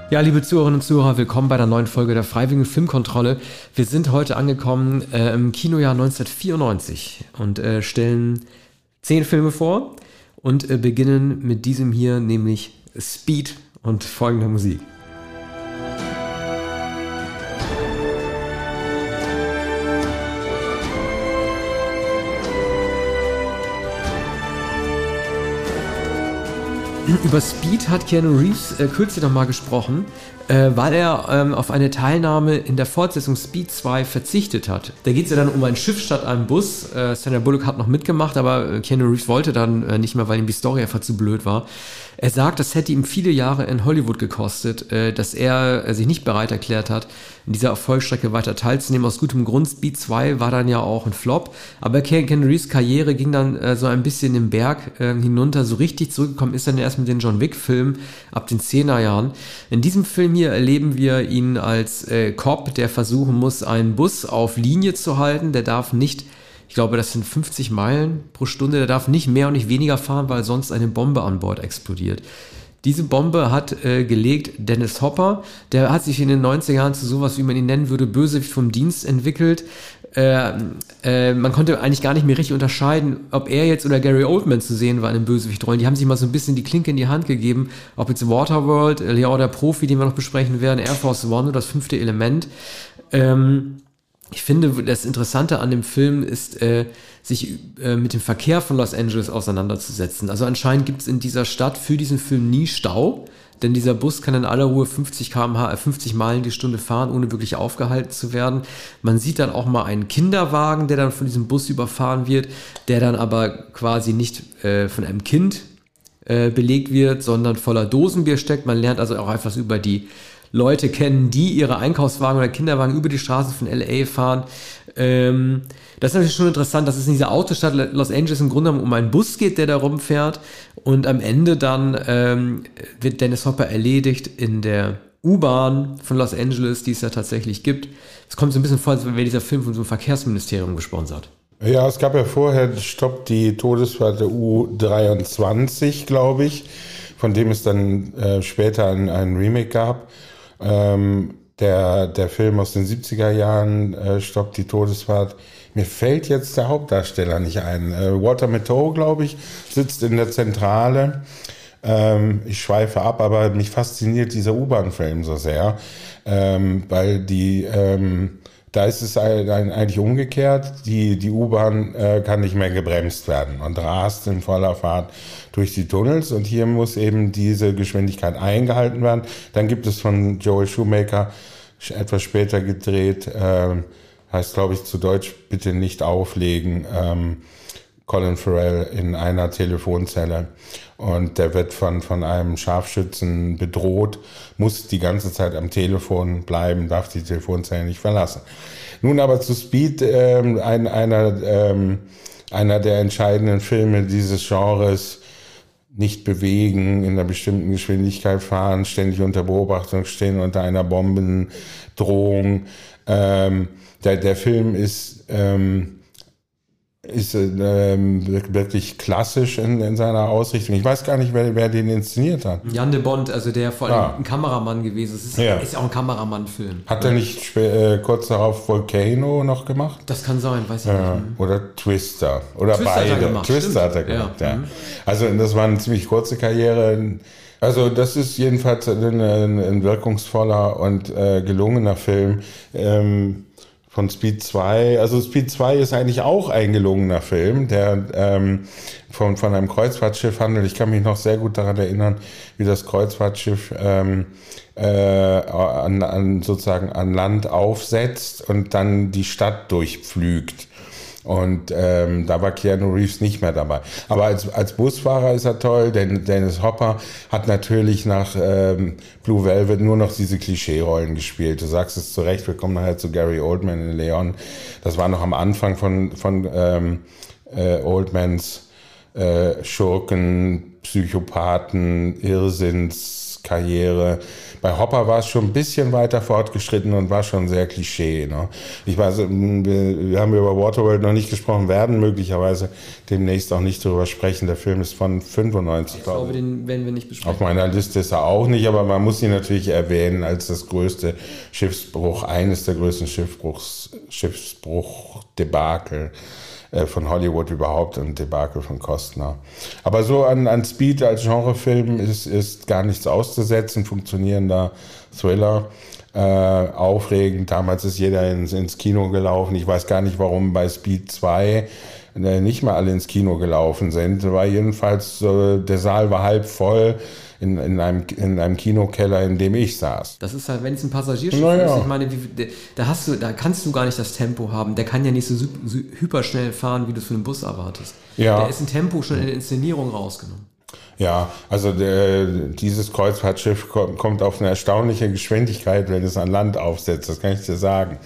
Ja, liebe Zuhörerinnen und Zuhörer, willkommen bei der neuen Folge der Freiwilligen Filmkontrolle. Wir sind heute angekommen im Kinojahr 1994 und stellen 10 Filme vor und beginnen mit diesem hier, nämlich Speed und folgender Musik. Über Speed hat Keanu Reeves kürzlich noch mal gesprochen, weil er auf eine Teilnahme in der Fortsetzung Speed 2 verzichtet hat. Da geht es ja dann um ein Schiff statt einem Bus. Sandra Bullock hat noch mitgemacht, aber Keanu Reeves wollte dann nicht mehr, weil ihm die Story einfach zu blöd war. Er sagt, das hätte ihm viele Jahre in Hollywood gekostet, dass er sich nicht bereit erklärt hat, in dieser Erfolgsstrecke weiter teilzunehmen. Aus gutem Grund, Speed 2 war dann ja auch ein Flop, aber Keanu Reeves Karriere ging dann so ein bisschen den Berg hinunter. So richtig zurückgekommen ist er dann erst mit den John Wick-Filmen ab den 10er Jahren. In diesem Film hier erleben wir ihn als Cop, der versuchen muss, einen Bus auf Linie zu halten. Der darf nicht, ich glaube, das sind 50 Meilen pro Stunde, der darf nicht mehr und nicht weniger fahren, weil sonst eine Bombe an Bord explodiert. Diese Bombe hat gelegt Dennis Hopper, der hat sich in den 90er Jahren zu sowas, wie man ihn nennen würde, Bösewicht vom Dienst entwickelt. Man konnte eigentlich gar nicht mehr richtig unterscheiden, ob er jetzt oder Gary Oldman zu sehen war in den Bösewichtrollen. Die haben sich mal so ein bisschen die Klinke in die Hand gegeben, ob jetzt Waterworld, Leon der Profi, den wir noch besprechen werden, Air Force One oder das 5. Element. Ich finde, das Interessante an dem Film ist, sich mit dem Verkehr von Los Angeles auseinanderzusetzen. Also anscheinend gibt es in dieser Stadt für diesen Film nie Stau, denn dieser Bus kann in aller Ruhe 50 Meilen die Stunde fahren, ohne wirklich aufgehalten zu werden. Man sieht dann auch mal einen Kinderwagen, der dann von diesem Bus überfahren wird, der dann aber quasi nicht von einem Kind belegt wird, sondern voller Dosenbier steckt. Man lernt also auch etwas über die Leute kennen, die ihre Einkaufswagen oder Kinderwagen über die Straßen von L.A. fahren. Das ist natürlich schon interessant, dass es in dieser Autostadt Los Angeles im Grunde genommen um einen Bus geht, der da rumfährt, und am Ende dann wird Dennis Hopper erledigt in der U-Bahn von Los Angeles, die es ja tatsächlich gibt. Es kommt so ein bisschen vor, als wäre dieser Film von so einem Verkehrsministerium gesponsert. Ja, es gab ja vorher Stopp die Todesfahrt der U23, glaube ich, von dem es dann später ein Remake gab. Der Film aus den 70er Jahren, Stopp die Todesfahrt. Mir fällt jetzt der Hauptdarsteller nicht ein. Walter Matthau, glaube ich, sitzt in der Zentrale. Ich schweife ab, aber mich fasziniert dieser U-Bahn-Film so sehr, weil da ist es eigentlich umgekehrt. Die U-Bahn kann nicht mehr gebremst werden und rast in voller Fahrt durch die Tunnels. Und hier muss eben diese Geschwindigkeit eingehalten werden. Dann gibt es von Joel Schumacher, etwas später gedreht, heißt, glaube ich, zu Deutsch, bitte nicht auflegen, Colin Farrell in einer Telefonzelle. Und der wird von einem Scharfschützen bedroht, muss die ganze Zeit am Telefon bleiben, darf die Telefonzelle nicht verlassen. Nun aber zu Speed, einer der entscheidenden Filme dieses Genres: nicht bewegen, in einer bestimmten Geschwindigkeit fahren, ständig unter Beobachtung stehen, unter einer Bombendrohung. Der Film ist wirklich klassisch in seiner Ausrichtung. Ich weiß gar nicht, wer den inszeniert hat. Jan de Bont, also der vor allem ein Kameramann gewesen ist. Ist ja auch ein Kameramann-Film. Hat er nicht kurz darauf Volcano noch gemacht? Das kann sein, weiß ich nicht. Oder Twister. Oder Twister beide. Hat er gemacht, Twister hat er gemacht, ja. Also das war eine ziemlich kurze Karriere. Also das ist jedenfalls ein wirkungsvoller und gelungener Film. Von Speed 2. Also Speed 2 ist eigentlich auch ein gelungener Film, der von einem Kreuzfahrtschiff handelt. Ich kann mich noch sehr gut daran erinnern, wie das Kreuzfahrtschiff sozusagen an Land aufsetzt und dann die Stadt durchpflügt. Und da war Keanu Reeves nicht mehr dabei. Aber als Busfahrer ist er toll, denn Dennis Hopper hat natürlich nach Blue Velvet nur noch diese Klischee-Rollen gespielt. Du sagst es zu Recht, wir kommen nachher zu Gary Oldman in Leon. Das war noch am Anfang von Oldmans Schurken, Psychopathen, Irrsinns, Schauspielkarriere. Bei Hopper war es schon ein bisschen weiter fortgeschritten und war schon sehr Klischee. Ne? Ich weiß, wir haben über Waterworld noch nicht gesprochen, werden möglicherweise demnächst auch nicht darüber sprechen. Der Film ist von 95, glaube ich. Den werden wir nicht besprechen. Auf meiner Liste ist er auch nicht, aber man muss ihn natürlich erwähnen als das größte Schiffsbruch, eines der größten Schiffsbruch-Debakel von Hollywood überhaupt und Debakel von Costner. Aber so an Speed als Genrefilm ist gar nichts auszusetzen, funktionierender Thriller, aufregend. Damals ist jeder ins Kino gelaufen. Ich weiß gar nicht, warum bei Speed 2 nicht mal alle ins Kino gelaufen sind. War jedenfalls, der Saal war halb voll. In einem Kinokeller, in dem ich saß. Das ist halt, wenn es ein Passagierschiff ist, ich meine, da kannst du gar nicht das Tempo haben. Der kann ja nicht so hyperschnell fahren, wie du es für einen Bus erwartest. Ja. Der ist ein Tempo schon in der Inszenierung rausgenommen. Ja, also dieses Kreuzfahrtschiff kommt auf eine erstaunliche Geschwindigkeit, wenn es an Land aufsetzt, das kann ich dir sagen.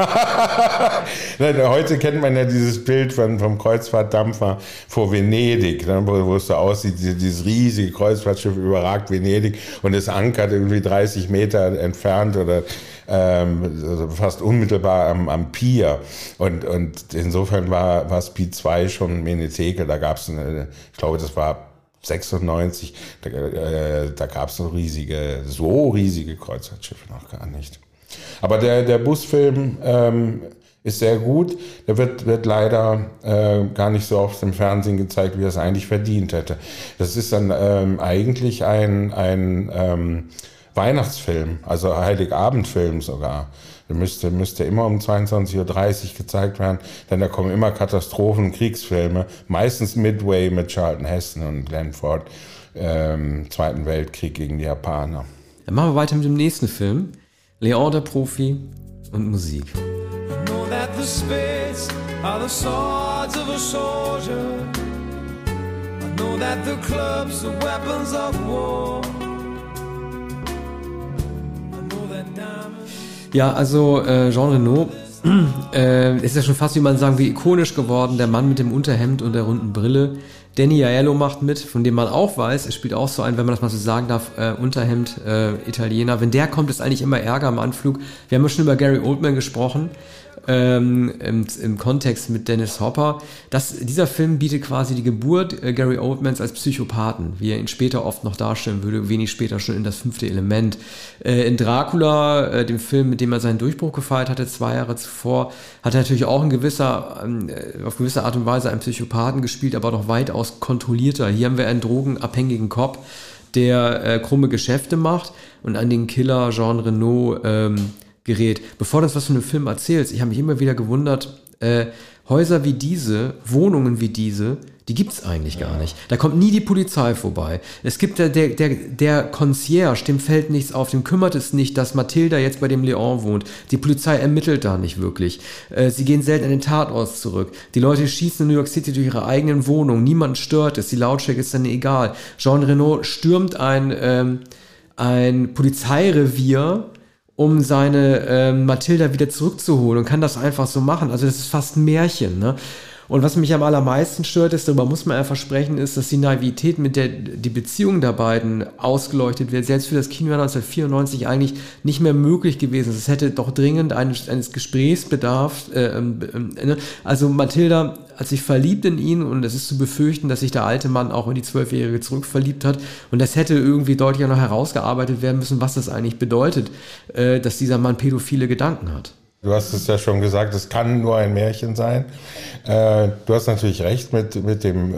Heute kennt man ja dieses Bild vom Kreuzfahrtdampfer vor Venedig, ne, wo es so aussieht, dieses riesige Kreuzfahrtschiff überragt Venedig und es ankert irgendwie 30 Meter entfernt oder also fast unmittelbar am Pier. Und insofern war Speed 2 schon Menetheke, da gab es ich glaube, das war 96, da gab es so riesige Kreuzfahrtschiffe noch gar nicht. Aber der Busfilm ist sehr gut. Der wird leider gar nicht so oft im Fernsehen gezeigt, wie er es eigentlich verdient hätte. Das ist dann eigentlich ein Weihnachtsfilm, also Heiligabendfilm sogar. Der müsste immer um 22:30 Uhr gezeigt werden, denn da kommen immer Katastrophen- und Kriegsfilme, meistens Midway mit Charlton Heston und Glenn Ford, Zweiten Weltkrieg gegen die Japaner. Dann machen wir weiter mit dem nächsten Film, Leon der Profi und Musik. I know that the spades are the swords of a soldier. I know that the clubs are weapons of war. Ja, also Jean Reno ist ja schon fast, wie man sagen, wie ikonisch geworden, der Mann mit dem Unterhemd und der runden Brille. Danny Aiello macht mit, von dem man auch weiß, er spielt auch so einen, wenn man das mal so sagen darf, Unterhemd, Italiener. Wenn der kommt, ist eigentlich immer Ärger am Anflug. Wir haben ja schon über Gary Oldman gesprochen, im Kontext mit Dennis Hopper. Dieser Film bietet quasi die Geburt Gary Oldmans als Psychopathen, wie er ihn später oft noch darstellen würde, wenig später schon in Das fünfte Element. In Dracula, dem Film, mit dem er seinen Durchbruch gefeiert hatte, 2 Jahre zuvor, hat er natürlich auch auf gewisse Art und Weise einen Psychopathen gespielt, aber doch weitaus kontrollierter. Hier haben wir einen drogenabhängigen Cop, der krumme Geschäfte macht und an den Killer Jean Reno gerät. Bevor du uns was von dem Film erzählst, ich habe mich immer wieder gewundert, Häuser wie diese, Wohnungen wie diese, die gibt's eigentlich gar nicht. Da kommt nie die Polizei vorbei. Es gibt der Concierge, dem fällt nichts auf, dem kümmert es nicht, dass Mathilda jetzt bei dem Leon wohnt. Die Polizei ermittelt da nicht wirklich. Sie gehen selten an den Tatort zurück. Die Leute schießen in New York City durch ihre eigenen Wohnungen. Niemand stört es. Die Lautstärke ist dann egal. Jean Reno stürmt ein Polizeirevier, um seine Mathilda wieder zurückzuholen und kann das einfach so machen. Also das ist fast ein Märchen, ne? Und was mich am allermeisten stört, ist, darüber muss man einfach sprechen, ist, dass die Naivität, mit der die Beziehung der beiden ausgeleuchtet wird, selbst für das Kinojahr 1994 eigentlich nicht mehr möglich gewesen ist. Es hätte doch dringend eines Gesprächsbedarf. Also Mathilda hat sich verliebt in ihn und es ist zu befürchten, dass sich der alte Mann auch in die 12-Jährige zurückverliebt hat. Und das hätte irgendwie deutlicher noch herausgearbeitet werden müssen, was das eigentlich bedeutet, dass dieser Mann pädophile Gedanken hat. Du hast es ja schon gesagt, es kann nur ein Märchen sein. Du hast natürlich recht mit dem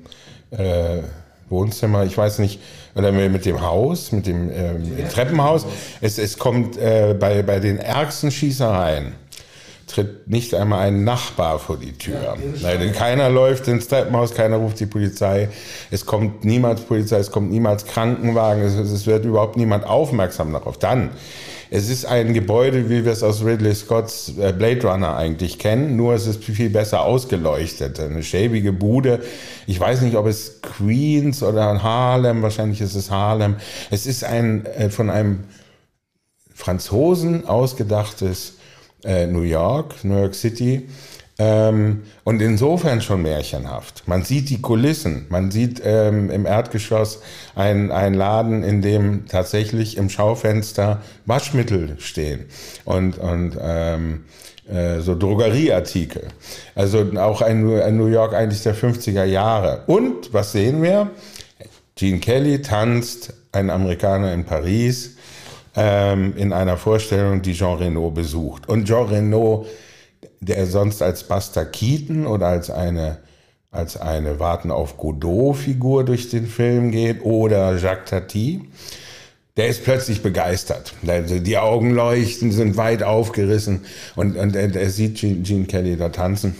Wohnzimmer, ich weiß nicht, oder mit dem Haus, mit dem Treppenhaus. Es kommt bei den ärgsten Schießereien, tritt nicht einmal ein Nachbar vor die Tür. Nein, keiner läuft ins Treppenhaus, keiner ruft die Polizei. Es kommt niemals Polizei, es kommt niemals Krankenwagen, es wird überhaupt niemand aufmerksam darauf. Dann, es ist ein Gebäude, wie wir es aus Ridley Scotts Blade Runner eigentlich kennen, nur es ist viel besser ausgeleuchtet. Eine schäbige Bude. Ich weiß nicht, ob es Queens oder Harlem, wahrscheinlich ist es Harlem. Es ist ein von einem Franzosen ausgedachtes New York City, Und insofern schon märchenhaft. Man sieht die Kulissen, man sieht im Erdgeschoss einen Laden, in dem tatsächlich im Schaufenster Waschmittel stehen und so Drogerieartikel. Also auch ein New York eigentlich der 50er Jahre. Und was sehen wir? Gene Kelly tanzt, ein Amerikaner in Paris, in einer Vorstellung, die Jean Reno besucht. Und Jean Reno, der sonst als Buster Keaton oder als eine Warten auf Godot-Figur durch den Film geht oder Jacques Tati, der ist plötzlich begeistert. Also die Augen leuchten, sind weit aufgerissen und er sieht Gene Kelly da tanzen.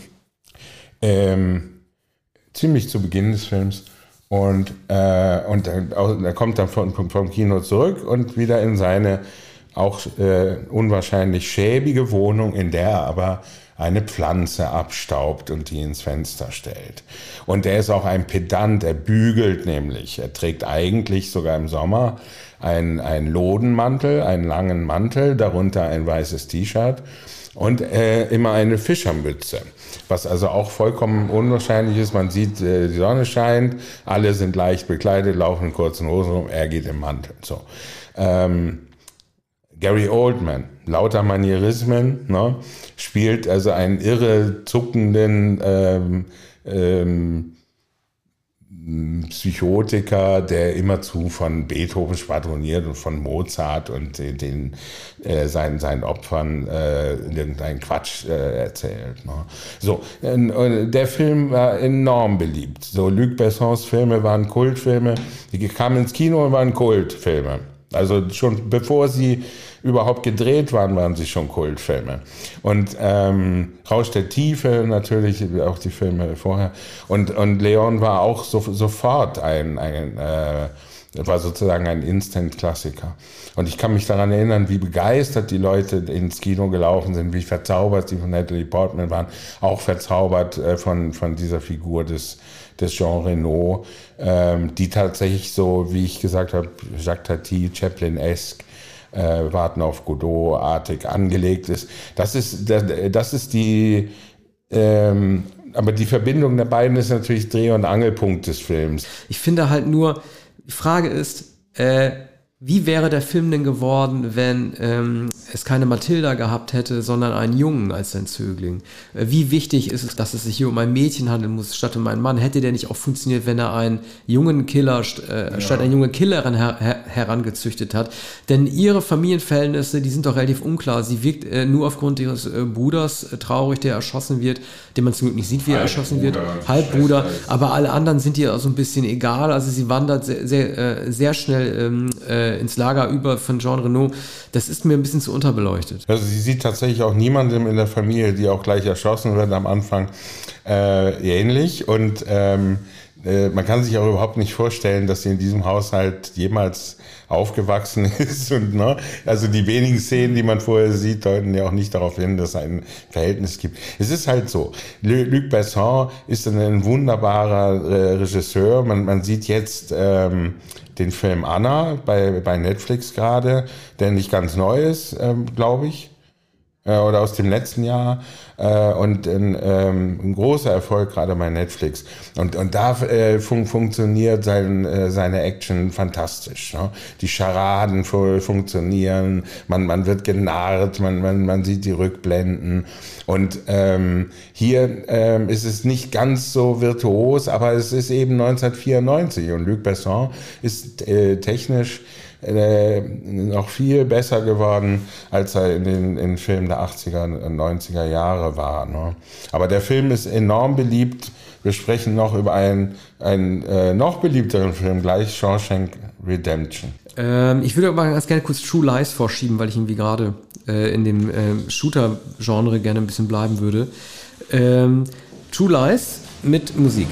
Ziemlich zu Beginn des Films. Und er kommt dann vom Kino zurück und wieder in seine auch unwahrscheinlich schäbige Wohnung, in der er aber eine Pflanze abstaubt und die ins Fenster stellt. Und er ist auch ein Pedant, er bügelt nämlich. Er trägt eigentlich sogar im Sommer einen Lodenmantel, einen langen Mantel, darunter ein weißes T-Shirt und immer eine Fischermütze. Was also auch vollkommen unwahrscheinlich ist. Man sieht, die Sonne scheint, alle sind leicht bekleidet, laufen in kurzen Hosen rum, er geht im Mantel. So. Gary Oldman, lauter Manierismen, ne, spielt also einen irre zuckenden Psychotiker, der immerzu von Beethoven schwadroniert und von Mozart und seinen Opfern irgendeinen Quatsch erzählt. Ne. So, der Film war enorm beliebt. So, Luc Bessons Filme waren Kultfilme, die kamen ins Kino und waren Kultfilme. Also schon bevor sie überhaupt gedreht waren sie schon Kultfilme. Und Rausch der Tiefe natürlich, auch die Filme vorher. Und Leon war auch sofort war sozusagen ein Instant-Klassiker. Und ich kann mich daran erinnern, wie begeistert die Leute ins Kino gelaufen sind, wie verzaubert sie von Natalie Portman waren, auch verzaubert von dieser Figur des Jean Reno, die tatsächlich so, wie ich gesagt habe, Jacques Tati, Chaplin-esque, Warten auf Godot-artig angelegt ist. Das ist die, aber die Verbindung der beiden ist natürlich Dreh- und Angelpunkt des Films. Ich finde halt nur, die Frage ist, wie wäre der Film denn geworden, wenn es keine Mathilda gehabt hätte, sondern einen Jungen als sein Zögling? Wie wichtig ist es, dass es sich hier um ein Mädchen handeln muss, statt um einen Mann? Hätte der nicht auch funktioniert, wenn er einen jungen Killer statt eine junge Killerin herangezüchtet hat? Denn ihre Familienverhältnisse, die sind doch relativ unklar. Sie wirkt nur aufgrund ihres Bruders traurig, der erschossen wird, den man zum Glück nicht sieht, wie er erschossen wird. Halbbruder. Aber alle anderen sind ihr auch so ein bisschen egal. Also sie wandert sehr schnell ins Lager über von Jean Reno. Das ist mir ein bisschen zu unterbeleuchtet. Also sie sieht tatsächlich auch niemandem in der Familie, die auch gleich erschossen wird am Anfang, ähnlich. Und man kann sich auch überhaupt nicht vorstellen, dass sie in diesem Haushalt jemals aufgewachsen ist. Und, ne, also die wenigen Szenen, die man vorher sieht, deuten ja auch nicht darauf hin, dass es ein Verhältnis gibt. Es ist halt so. Luc Besson ist ein wunderbarer Regisseur. Man sieht jetzt den Film Anna bei Netflix gerade, der nicht ganz neu ist, glaube ich. Oder aus dem letzten Jahr und ein großer Erfolg gerade bei Netflix. Und da funktioniert seine Action fantastisch. Ne? Die Charaden funktionieren, man wird genarrt, man sieht die Rückblenden. Und hier ist es nicht ganz so virtuos, aber es ist eben 1994 und Luc Besson ist technisch noch viel besser geworden, als er in den Filmen der 80er und 90er Jahre war. Ne? Aber der Film ist enorm beliebt. Wir sprechen noch über einen noch beliebteren Film gleich, Shawshank Redemption. Ich würde aber ganz gerne kurz True Lies vorschieben, weil ich irgendwie gerade in dem Shooter-Genre gerne ein bisschen bleiben würde. True Lies mit Musik.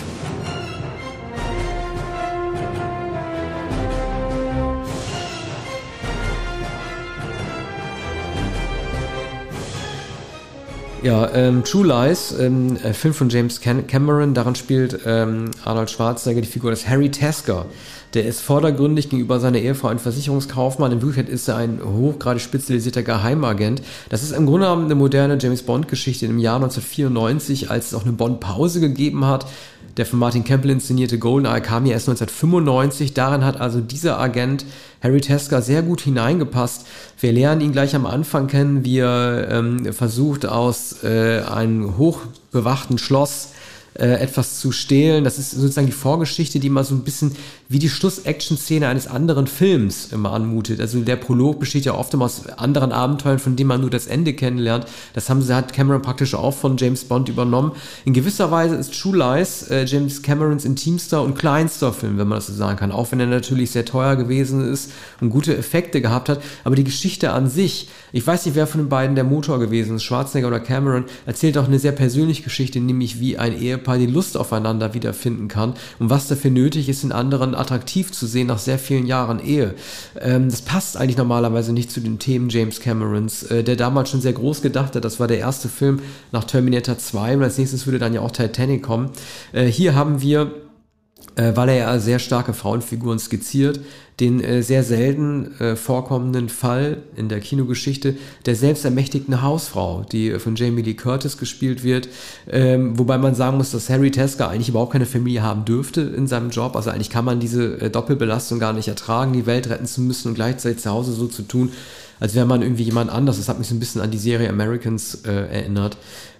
Ja, True Lies, Film von James Cameron, daran spielt Arnold Schwarzenegger die Figur des Harry Tasker. Der ist vordergründig gegenüber seiner Ehefrau ein Versicherungskaufmann. In Wirklichkeit ist er ein hochgradig spezialisierter Geheimagent. Das ist im Grunde genommen eine moderne James-Bond-Geschichte im Jahr 1994, als es auch eine Bond-Pause gegeben hat. Der von Martin Campbell inszenierte GoldenEye kam ja erst 1995. Darin hat also dieser Agent Harry Tesker sehr gut hineingepasst. Wir lernen ihn gleich am Anfang kennen, wie er versucht, aus einem hochbewachten Schloss etwas zu stehlen. Das ist sozusagen die Vorgeschichte, die immer so ein bisschen wie die Schluss-Action-Szene eines anderen Films immer anmutet. Also der Prolog besteht ja oft immer aus anderen Abenteuern, von denen man nur das Ende kennenlernt. Das hat Cameron praktisch auch von James Bond übernommen. In gewisser Weise ist True Lies James Camerons intimster und kleinster Film, wenn man das so sagen kann. Auch wenn er natürlich sehr teuer gewesen ist und gute Effekte gehabt hat. Aber die Geschichte an sich, ich weiß nicht, wer von den beiden der Motor gewesen ist, Schwarzenegger oder Cameron, erzählt auch eine sehr persönliche Geschichte, nämlich wie ein Ehepaar die Lust aufeinander wiederfinden kann und was dafür nötig ist, den anderen attraktiv zu sehen nach sehr vielen Jahren Ehe. Das passt eigentlich normalerweise nicht zu den Themen James Camerons, der damals schon sehr groß gedacht hat. Das war der erste Film nach Terminator 2 und als nächstes würde dann ja auch Titanic kommen. Hier haben wir, weil er ja sehr starke Frauenfiguren skizziert, den sehr selten vorkommenden Fall in der Kinogeschichte der selbstermächtigten Hausfrau, die von Jamie Lee Curtis gespielt wird, wobei man sagen muss, dass Harry Tesker eigentlich überhaupt keine Familie haben dürfte in seinem Job, also eigentlich kann man diese Doppelbelastung gar nicht ertragen, die Welt retten zu müssen und gleichzeitig zu Hause so zu tun, als wäre man irgendwie jemand anders. Das hat mich so ein bisschen an die Serie Americans erinnert.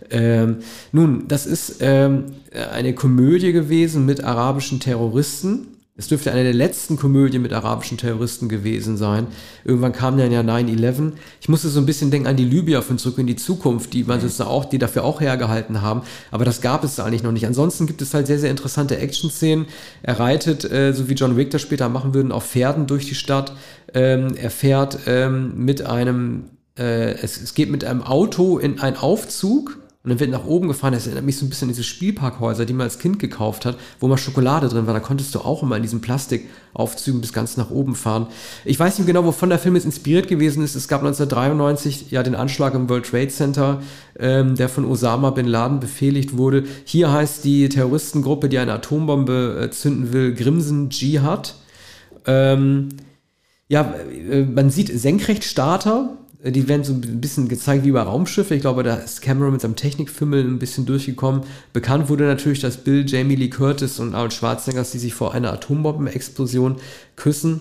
Nun, das ist eine Komödie gewesen mit arabischen Terroristen. Es dürfte eine der letzten Komödien mit arabischen Terroristen gewesen sein. Irgendwann kam dann ja 9/11. Ich musste so ein bisschen denken an die Libyer von Zurück in die Zukunft, die dafür auch hergehalten haben. Aber das gab es eigentlich noch nicht. Ansonsten gibt es halt sehr, sehr interessante Action-Szenen. Er reitet, so wie John Wick das später machen würden, auf Pferden durch die Stadt. Er fährt mit einem, es geht mit einem Auto in einen Aufzug. Und dann wird nach oben gefahren. Das erinnert mich so ein bisschen an diese Spielparkhäuser, die man als Kind gekauft hat, wo mal Schokolade drin war. Da konntest du auch immer in diesen Plastikaufzügen bis ganz nach oben fahren. Ich weiß nicht genau, wovon der Film jetzt inspiriert gewesen ist. Es gab 1993 ja den Anschlag im World Trade Center, der von Osama Bin Laden befehligt wurde. Hier heißt die Terroristengruppe, die eine Atombombe zünden will, Crimson Jihad. Man sieht Senkrechtstarter. Die werden so ein bisschen gezeigt wie bei Raumschiffe. Ich glaube, da ist Cameron mit seinem Technikfimmel ein bisschen durchgekommen. Bekannt wurde natürlich das Bild Jamie Lee Curtis und Arnold Schwarzenegger, die sich vor einer Atombombenexplosion küssen.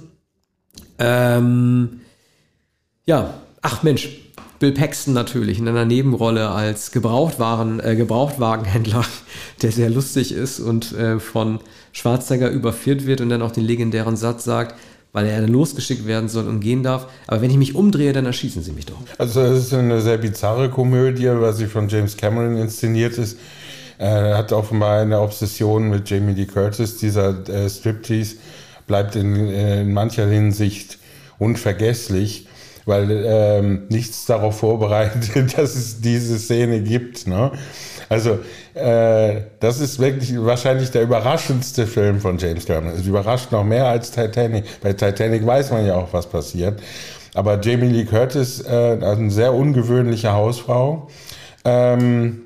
Bill Paxton natürlich in einer Nebenrolle als Gebrauchtwagenhändler, der sehr lustig ist und von Schwarzenegger überführt wird und dann auch den legendären Satz sagt, weil er dann losgeschickt werden soll und gehen darf. Aber wenn ich mich umdrehe, dann erschießen sie mich doch. Also es ist eine sehr bizarre Komödie, weil sie von James Cameron inszeniert ist. Er hat offenbar eine Obsession mit Jamie Lee Curtis. Dieser Striptease bleibt in mancher Hinsicht unvergesslich, weil nichts darauf vorbereitet, dass es diese Szene gibt, ne? Also das ist wirklich wahrscheinlich der überraschendste Film von James Cameron. Es überrascht noch mehr als Titanic. Bei Titanic weiß man ja auch, was passiert. Aber Jamie Lee Curtis, eine sehr ungewöhnliche Hausfrau. Dann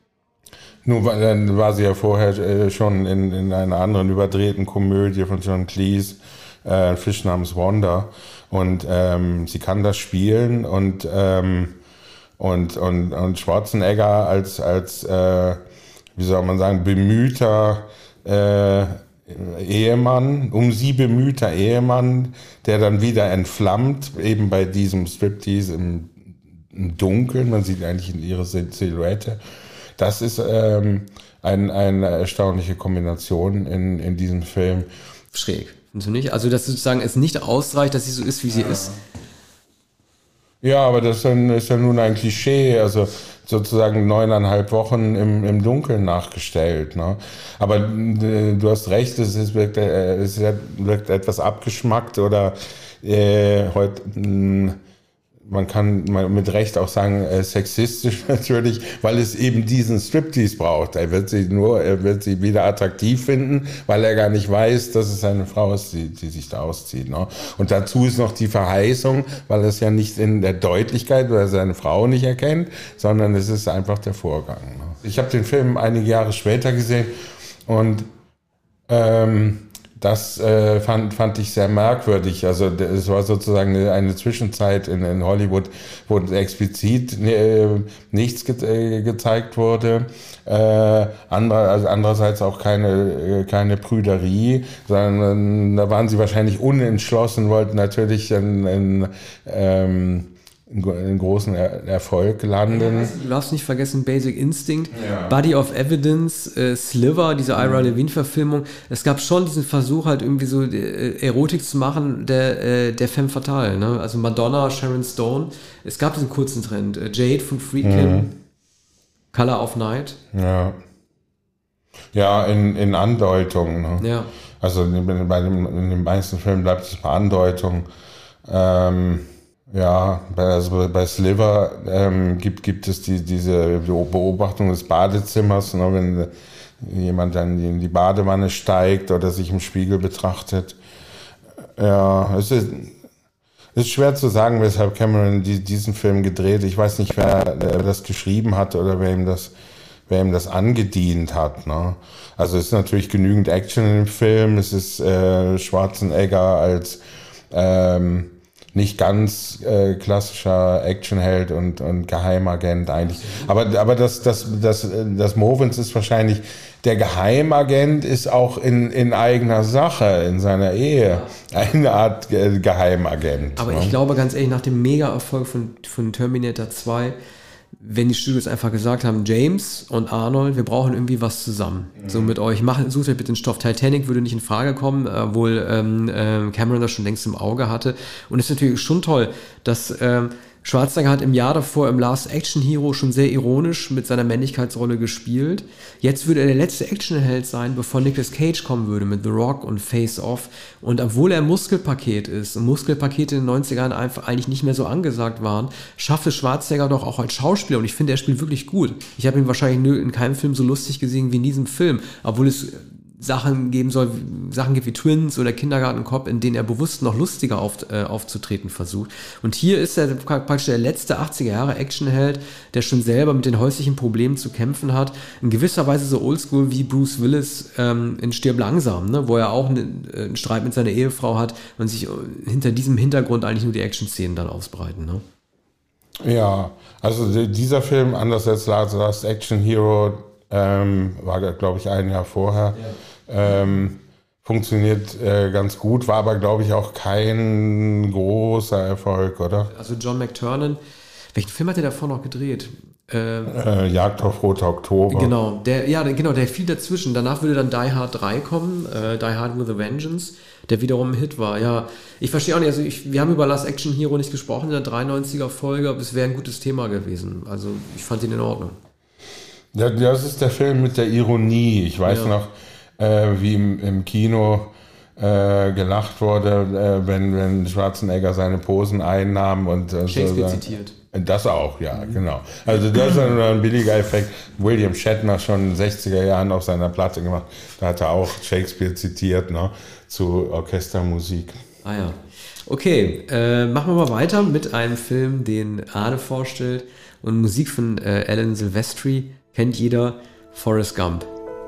war sie ja vorher schon in einer anderen überdrehten Komödie von John Cleese, Fisch namens Wanda. Und sie kann das spielen und Schwarzenegger als wie soll man sagen, bemühter Ehemann, um sie bemühter Ehemann, der dann wieder entflammt, eben bei diesem Striptease im Dunkeln, man sieht eigentlich in ihre Silhouette. Das ist eine erstaunliche Kombination in diesem Film. Schräg, findest du nicht? Also, dass sozusagen es nicht ausreicht, dass sie so ist, wie sie ist. Ja, aber das ist ja nun ein Klischee, also sozusagen 9,5 Wochen im Dunkeln nachgestellt, ne? Aber du hast recht, es wirkt etwas abgeschmackt oder heute man kann mit Recht auch sagen, sexistisch natürlich, weil es eben diesen Striptease braucht. Er wird sie wieder attraktiv finden, weil er gar nicht weiß, dass es eine Frau ist, die sich da auszieht, ne? Und dazu ist noch die Verheißung, weil es ja nicht in der Deutlichkeit, weil er seine Frau nicht erkennt, sondern es ist einfach der Vorgang, ne? Ich habe den Film einige Jahre später gesehen und Das fand ich sehr merkwürdig. Also es war sozusagen eine Zwischenzeit in Hollywood, wo explizit nichts gezeigt wurde. Andererseits auch keine Prüderie, sondern da waren sie wahrscheinlich unentschlossen, wollten natürlich einen großen Erfolg landen. Du darfst nicht vergessen, Basic Instinct, Body of Evidence, Sliver, diese Ira Levine-Verfilmung. Es gab schon diesen Versuch, halt irgendwie so Erotik zu machen, der Femme Fatale. Ne? Also Madonna, Sharon Stone. Es gab diesen kurzen Trend. Jade von Friedkin, Color of Night. Ja, in Andeutung. Ne? Ja. Also in den meisten Filmen bleibt es bei Andeutung. Ja, bei Sliver gibt es diese Beobachtung des Badezimmers, ne, wenn jemand dann in die Badewanne steigt oder sich im Spiegel betrachtet. Ja, es ist schwer zu sagen, weshalb Cameron diesen Film gedreht. Ich weiß nicht, wer das geschrieben hat oder wer ihm das angedient hat. Ne? Also es ist natürlich genügend Action im Film. Es ist Schwarzenegger als nicht ganz klassischer Actionheld und Geheimagent eigentlich. Aber das Movens ist wahrscheinlich, der Geheimagent ist auch in eigener Sache, in seiner Ehe, eine Art Geheimagent. Aber ich glaube ganz ehrlich, nach dem Mega-Erfolg von Terminator 2, wenn die Studios einfach gesagt haben, James und Arnold, wir brauchen irgendwie was zusammen. So mit euch, sucht euch bitte den Stoff. Titanic würde nicht in Frage kommen, obwohl Cameron das schon längst im Auge hatte. Und es ist natürlich schon toll, dass Schwarzenegger hat im Jahr davor im Last Action Hero schon sehr ironisch mit seiner Männlichkeitsrolle gespielt. Jetzt würde er der letzte Actionheld sein, bevor Nicolas Cage kommen würde mit The Rock und Face Off. Und obwohl er ein Muskelpaket ist und Muskelpakete in den 90ern einfach eigentlich nicht mehr so angesagt waren, schafft es Schwarzenegger doch auch als Schauspieler. Und ich finde, er spielt wirklich gut. Ich habe ihn wahrscheinlich in keinem Film so lustig gesehen wie in diesem Film, obwohl es Sachen gibt wie Twins oder Kindergarten Cop, in denen er bewusst noch lustiger aufzutreten versucht. Und hier ist er praktisch der letzte 80er-Jahre Actionheld, der schon selber mit den häuslichen Problemen zu kämpfen hat. In gewisser Weise so oldschool wie Bruce Willis in Stirb langsam, ne? Wo er auch einen Streit mit seiner Ehefrau hat und sich hinter diesem Hintergrund eigentlich nur die Action-Szenen dann ausbreiten. Ne? Ja, also dieser Film, anders als Last Action Hero, war, glaube ich, ein Jahr vorher. Ja. Funktioniert ganz gut, war aber, glaube ich, auch kein großer Erfolg, oder? Also John McTiernan, welchen Film hat er davor noch gedreht? Jagd auf Roter Oktober. Genau, der fiel dazwischen. Danach würde dann Die Hard 3 kommen, Die Hard with a Vengeance, der wiederum ein Hit war. Ja, ich verstehe auch nicht, also wir haben über Last Action Hero nicht gesprochen in der 93er Folge, aber es wäre ein gutes Thema gewesen. Also ich fand ihn in Ordnung. Ja, das ist der Film mit der Ironie. Ich weiß noch, wie im Kino gelacht wurde, wenn Schwarzenegger seine Posen einnahm und Shakespeare zitiert. Das auch, ja, genau. Also das ist ein billiger Effekt. William Shatner schon in den 60er Jahren auf seiner Platte gemacht. Da hat er auch Shakespeare zitiert, ne, zu Orchestermusik. Ah ja. Okay, machen wir mal weiter mit einem Film, den Arne vorstellt. Und Musik von Alan Silvestri kennt jeder, Forrest Gump.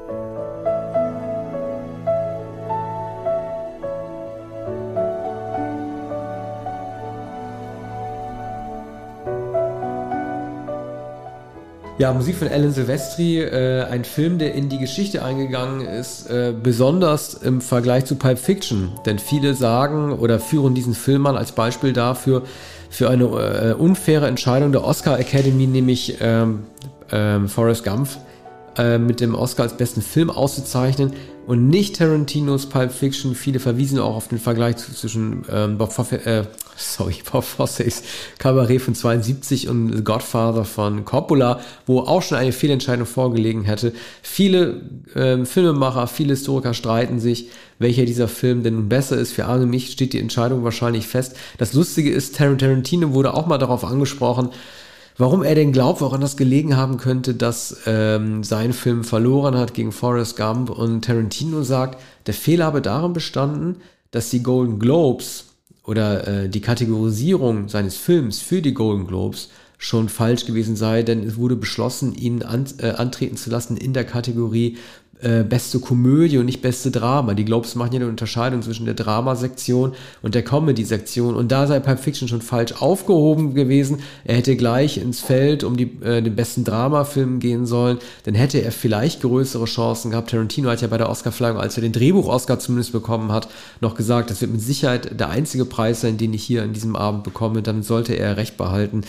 Ja, Musik von Alan Silvestri, ein Film, der in die Geschichte eingegangen ist, besonders im Vergleich zu Pulp Fiction. Denn viele sagen oder führen diesen Film an als Beispiel dafür, für eine unfaire Entscheidung der Oscar Academy, nämlich Forrest Gump mit dem Oscar als besten Film auszuzeichnen und nicht Tarantinos Pulp Fiction. Viele verwiesen auch auf den Vergleich zwischen Bob Fosse's Cabaret von 72 und The Godfather von Coppola, wo auch schon eine Fehlentscheidung vorgelegen hätte. Viele Filmemacher, viele Historiker streiten sich, welcher dieser Film denn nun besser ist. Für Arne und mich steht die Entscheidung wahrscheinlich fest. Das Lustige ist, Tarantino wurde auch mal darauf angesprochen, warum er denn glaubt, woran das gelegen haben könnte, dass sein Film verloren hat gegen Forrest Gump. Und Tarantino sagt, der Fehler habe darin bestanden, dass die Golden Globes oder die Kategorisierung seines Films für die Golden Globes schon falsch gewesen sei, denn es wurde beschlossen, ihn antreten zu lassen in der Kategorie beste Komödie und nicht beste Drama. Die Globes machen ja eine Unterscheidung zwischen der Dramasektion und der Comedy-Sektion und da sei Pulp Fiction schon falsch aufgehoben gewesen. Er hätte gleich ins Feld um den besten Dramafilm gehen sollen, dann hätte er vielleicht größere Chancen gehabt. Tarantino hat ja bei der Oscarverleihung, als er den Drehbuch-Oscar zumindest bekommen hat, noch gesagt, das wird mit Sicherheit der einzige Preis sein, den ich hier an diesem Abend bekomme. Dann sollte er recht behalten.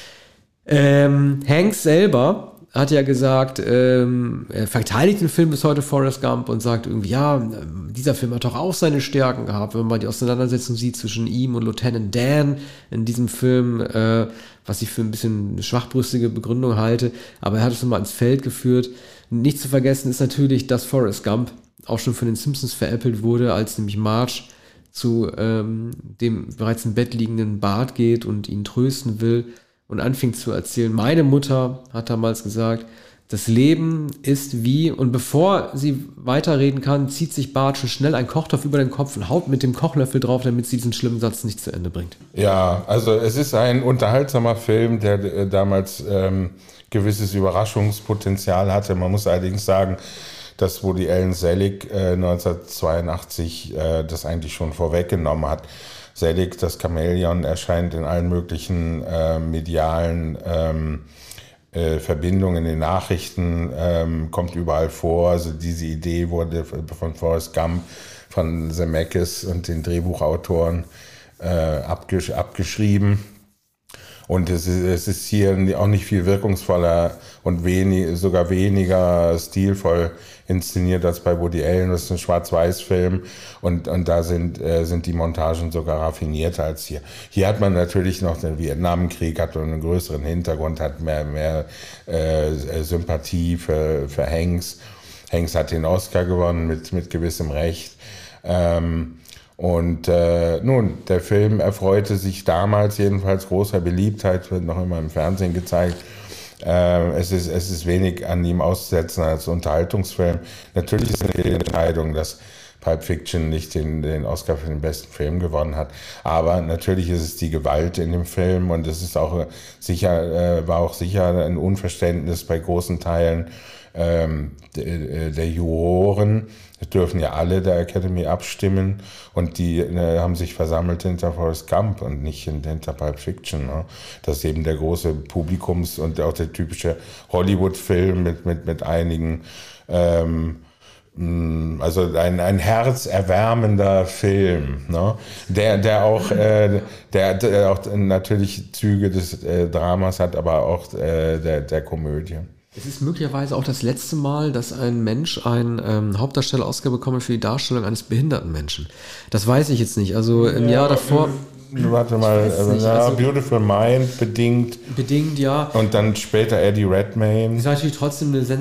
Hanks selber hat ja gesagt, er verteidigt den Film bis heute, Forrest Gump, und sagt irgendwie, ja, dieser Film hat doch auch seine Stärken gehabt, wenn man mal die Auseinandersetzung sieht zwischen ihm und Lieutenant Dan in diesem Film, was ich für ein bisschen eine schwachbrüstige Begründung halte, aber er hat es nochmal ins Feld geführt. Nicht zu vergessen ist natürlich, dass Forrest Gump auch schon von den Simpsons veräppelt wurde, als nämlich Marge zu dem bereits im Bett liegenden Bart geht und ihn trösten will und anfing zu erzählen. Meine Mutter hat damals gesagt, das Leben ist wie, und bevor sie weiterreden kann, zieht sich Bart schon schnell einen Kochtopf über den Kopf und haut mit dem Kochlöffel drauf, damit sie diesen schlimmen Satz nicht zu Ende bringt. Ja, also es ist ein unterhaltsamer Film, der damals gewisses Überraschungspotenzial hatte. Man muss allerdings sagen, dass Woody Allen Selig 1982 das eigentlich schon vorweggenommen hat. Selig, das Chamäleon, erscheint in allen möglichen medialen Verbindungen, in den Nachrichten, kommt überall vor. Also diese Idee wurde von Forrest Gump, von Zemeckis und den Drehbuchautoren abgeschrieben. Und es ist hier auch nicht viel wirkungsvoller und sogar weniger stilvoll inszeniert als bei Woody Allen. Das ist ein Schwarz-Weiß-Film und da sind die Montagen sogar raffinierter als hier. Hier hat man natürlich noch den Vietnamkrieg, hat einen größeren Hintergrund, hat mehr Sympathie für Hanks. Hanks hat den Oscar gewonnen mit gewissem Recht. Und nun, der Film erfreute sich damals jedenfalls großer Beliebtheit, wird noch immer im Fernsehen gezeigt. Es ist wenig an ihm auszusetzen als Unterhaltungsfilm. Natürlich ist es eine Entscheidung, dass Pulp Fiction nicht den Oscar für den besten Film gewonnen hat. Aber natürlich ist es die Gewalt in dem Film und es ist auch war auch sicher ein Unverständnis bei großen Teilen der Juroren. Es dürfen ja alle der Academy abstimmen und die haben sich versammelt hinter Forrest Gump und nicht hinter Pulp Fiction. Ne? Das ist eben der große Publikums- und auch der typische Hollywood-Film mit einigen, also ein herzerwärmender Film, ne? Der auch natürlich Züge des Dramas hat, aber auch der Komödie. Es ist möglicherweise auch das letzte Mal, dass ein Mensch einen Hauptdarsteller-Oscar bekommt für die Darstellung eines behinderten Menschen. Das weiß ich jetzt nicht. Also im Jahr davor... Warte mal, also, Beautiful Mind bedingt, ja. Und dann später Eddie Redmayne. Das ist natürlich trotzdem eine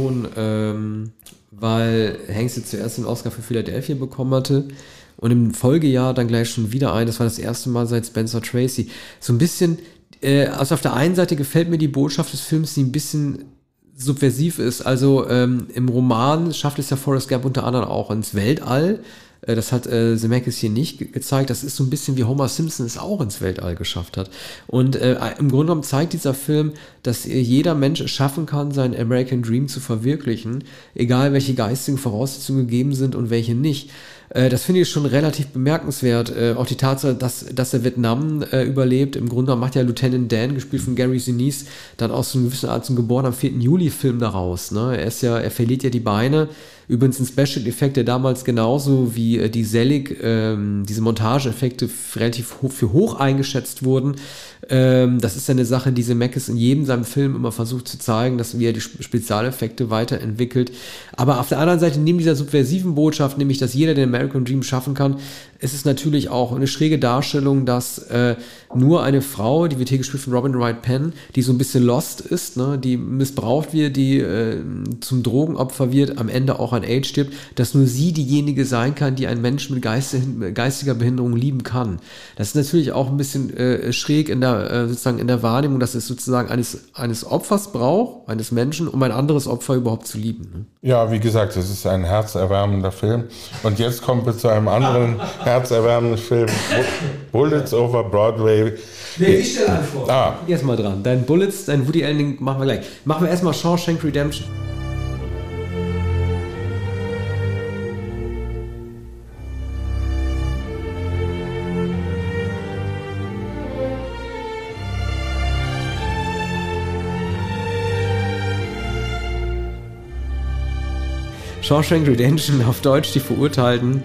Sensation, weil Hanks jetzt zuerst den Oscar für Philadelphia bekommen hatte und im Folgejahr dann gleich schon wieder einen. Das war das erste Mal seit Spencer Tracy. So ein bisschen, also auf der einen Seite gefällt mir die Botschaft des Films, die ein bisschen subversiv ist. Also im Roman schafft es ja Forrest Gump unter anderem auch ins Weltall. Das hat Zemeckis hier nicht gezeigt. Das ist so ein bisschen wie Homer Simpson es auch ins Weltall geschafft hat. Und im Grunde genommen zeigt dieser Film, dass jeder Mensch es schaffen kann, seinen American Dream zu verwirklichen, egal welche geistigen Voraussetzungen gegeben sind und welche nicht. Das finde ich schon relativ bemerkenswert. Auch die Tatsache, dass er Vietnam überlebt. Im Grunde macht ja Lieutenant Dan, gespielt von Gary Sinise, dann aus so einer gewissen Art zum Geboren am 4. Juli-Film daraus. Ne? Er verliert ja die Beine. Übrigens ein Special-Effekt, der damals genauso wie die Selig, diese Montageeffekte relativ für hoch eingeschätzt wurden. Das ist ja eine Sache, die Zemeckis in jedem seinem Film immer versucht zu zeigen, dass wie er die Spezialeffekte weiterentwickelt. Aber auf der anderen Seite, neben dieser subversiven Botschaft, nämlich, dass jeder den American Dream schaffen kann, ist es natürlich auch eine schräge Darstellung, dass nur eine Frau, die wird hier gespielt von Robin Wright Penn, die so ein bisschen lost ist, ne, die missbraucht wird, die zum Drogenopfer wird, am Ende auch an AIDS stirbt, dass nur sie diejenige sein kann, die einen Menschen mit geistiger Behinderung lieben kann. Das ist natürlich auch ein bisschen schräg sozusagen in der Wahrnehmung, dass es sozusagen eines Opfers braucht, eines Menschen, um ein anderes Opfer überhaupt zu lieben. Ne? Ja, wie gesagt, es ist ein herzerwärmender Film. Und jetzt kommen wir zu einem anderen herzerwärmenden Film, Bullets over Broadway. Nee, ich stelle einen vor. Erst mal dran. Dein Woody Allen machen wir gleich. Machen wir erstmal Shawshank Redemption. Shawshank Redemption, auf Deutsch Die Verurteilten,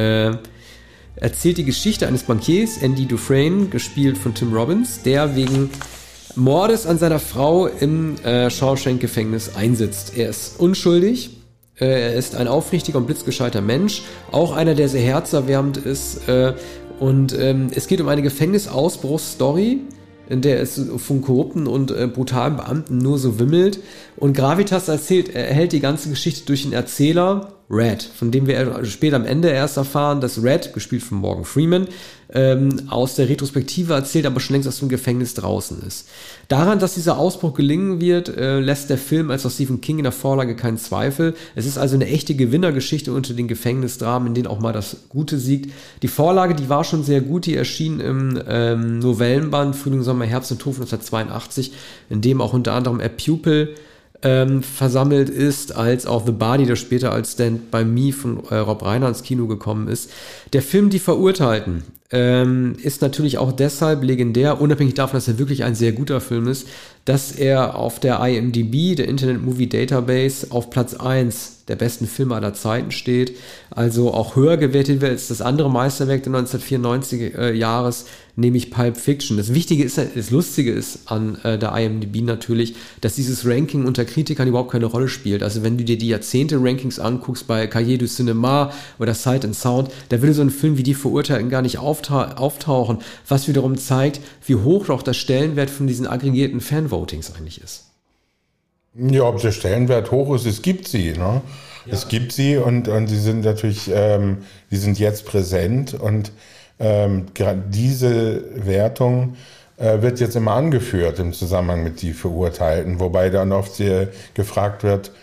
erzählt die Geschichte eines Bankiers, Andy Dufresne, gespielt von Tim Robbins, der wegen Mordes an seiner Frau im Shawshank-Gefängnis einsitzt. Er ist unschuldig, er ist ein aufrichtiger und blitzgescheiter Mensch, auch einer, der sehr herzerwärmend ist, und es geht um eine Gefängnisausbruchsstory, in der es von korrupten und brutalen Beamten nur so wimmelt. Und Gravitas erhält die ganze Geschichte durch den Erzähler Red, von dem wir später am Ende erst erfahren, dass Red, gespielt von Morgan Freeman, aus der Retrospektive erzählt, aber schon längst aus dem Gefängnis draußen ist. Daran, dass dieser Ausbruch gelingen wird, lässt der Film als auch Stephen King in der Vorlage keinen Zweifel. Es ist also eine echte Gewinnergeschichte unter den Gefängnisdramen, in denen auch mal das Gute siegt. Die Vorlage, die war schon sehr gut, die erschien im Novellenband Frühling, Sommer, Herbst und Hof 1982, in dem auch unter anderem A Pupil versammelt ist, als auch The Body, der später als Stand By Me von Rob Reiner ins Kino gekommen ist. Der Film Die Verurteilten ist natürlich auch deshalb legendär, unabhängig davon, dass er wirklich ein sehr guter Film ist, dass er auf der IMDb, der Internet Movie Database, auf Platz 1 der besten Filme aller Zeiten steht, also auch höher gewertet wird als das andere Meisterwerk des 1994 Jahres, nämlich Pulp Fiction. Das Wichtige ist, das Lustige ist an der IMDb natürlich, dass dieses Ranking unter Kritikern überhaupt keine Rolle spielt. Also wenn du dir die Jahrzehnte-Rankings anguckst bei Cahiers du Cinema oder Sight and Sound, da würde so ein Film wie Die Verurteilten gar nicht auftauchen, was wiederum zeigt, wie hoch auch der Stellenwert von diesen aggregierten Fanvotings eigentlich ist. Ja, ob der Stellenwert hoch ist, es gibt sie, ne? Ja. Es gibt sie und die sind natürlich, die sind jetzt präsent und gerade diese Wertung wird jetzt immer angeführt im Zusammenhang mit Die Verurteilten, wobei dann oft gefragt wird,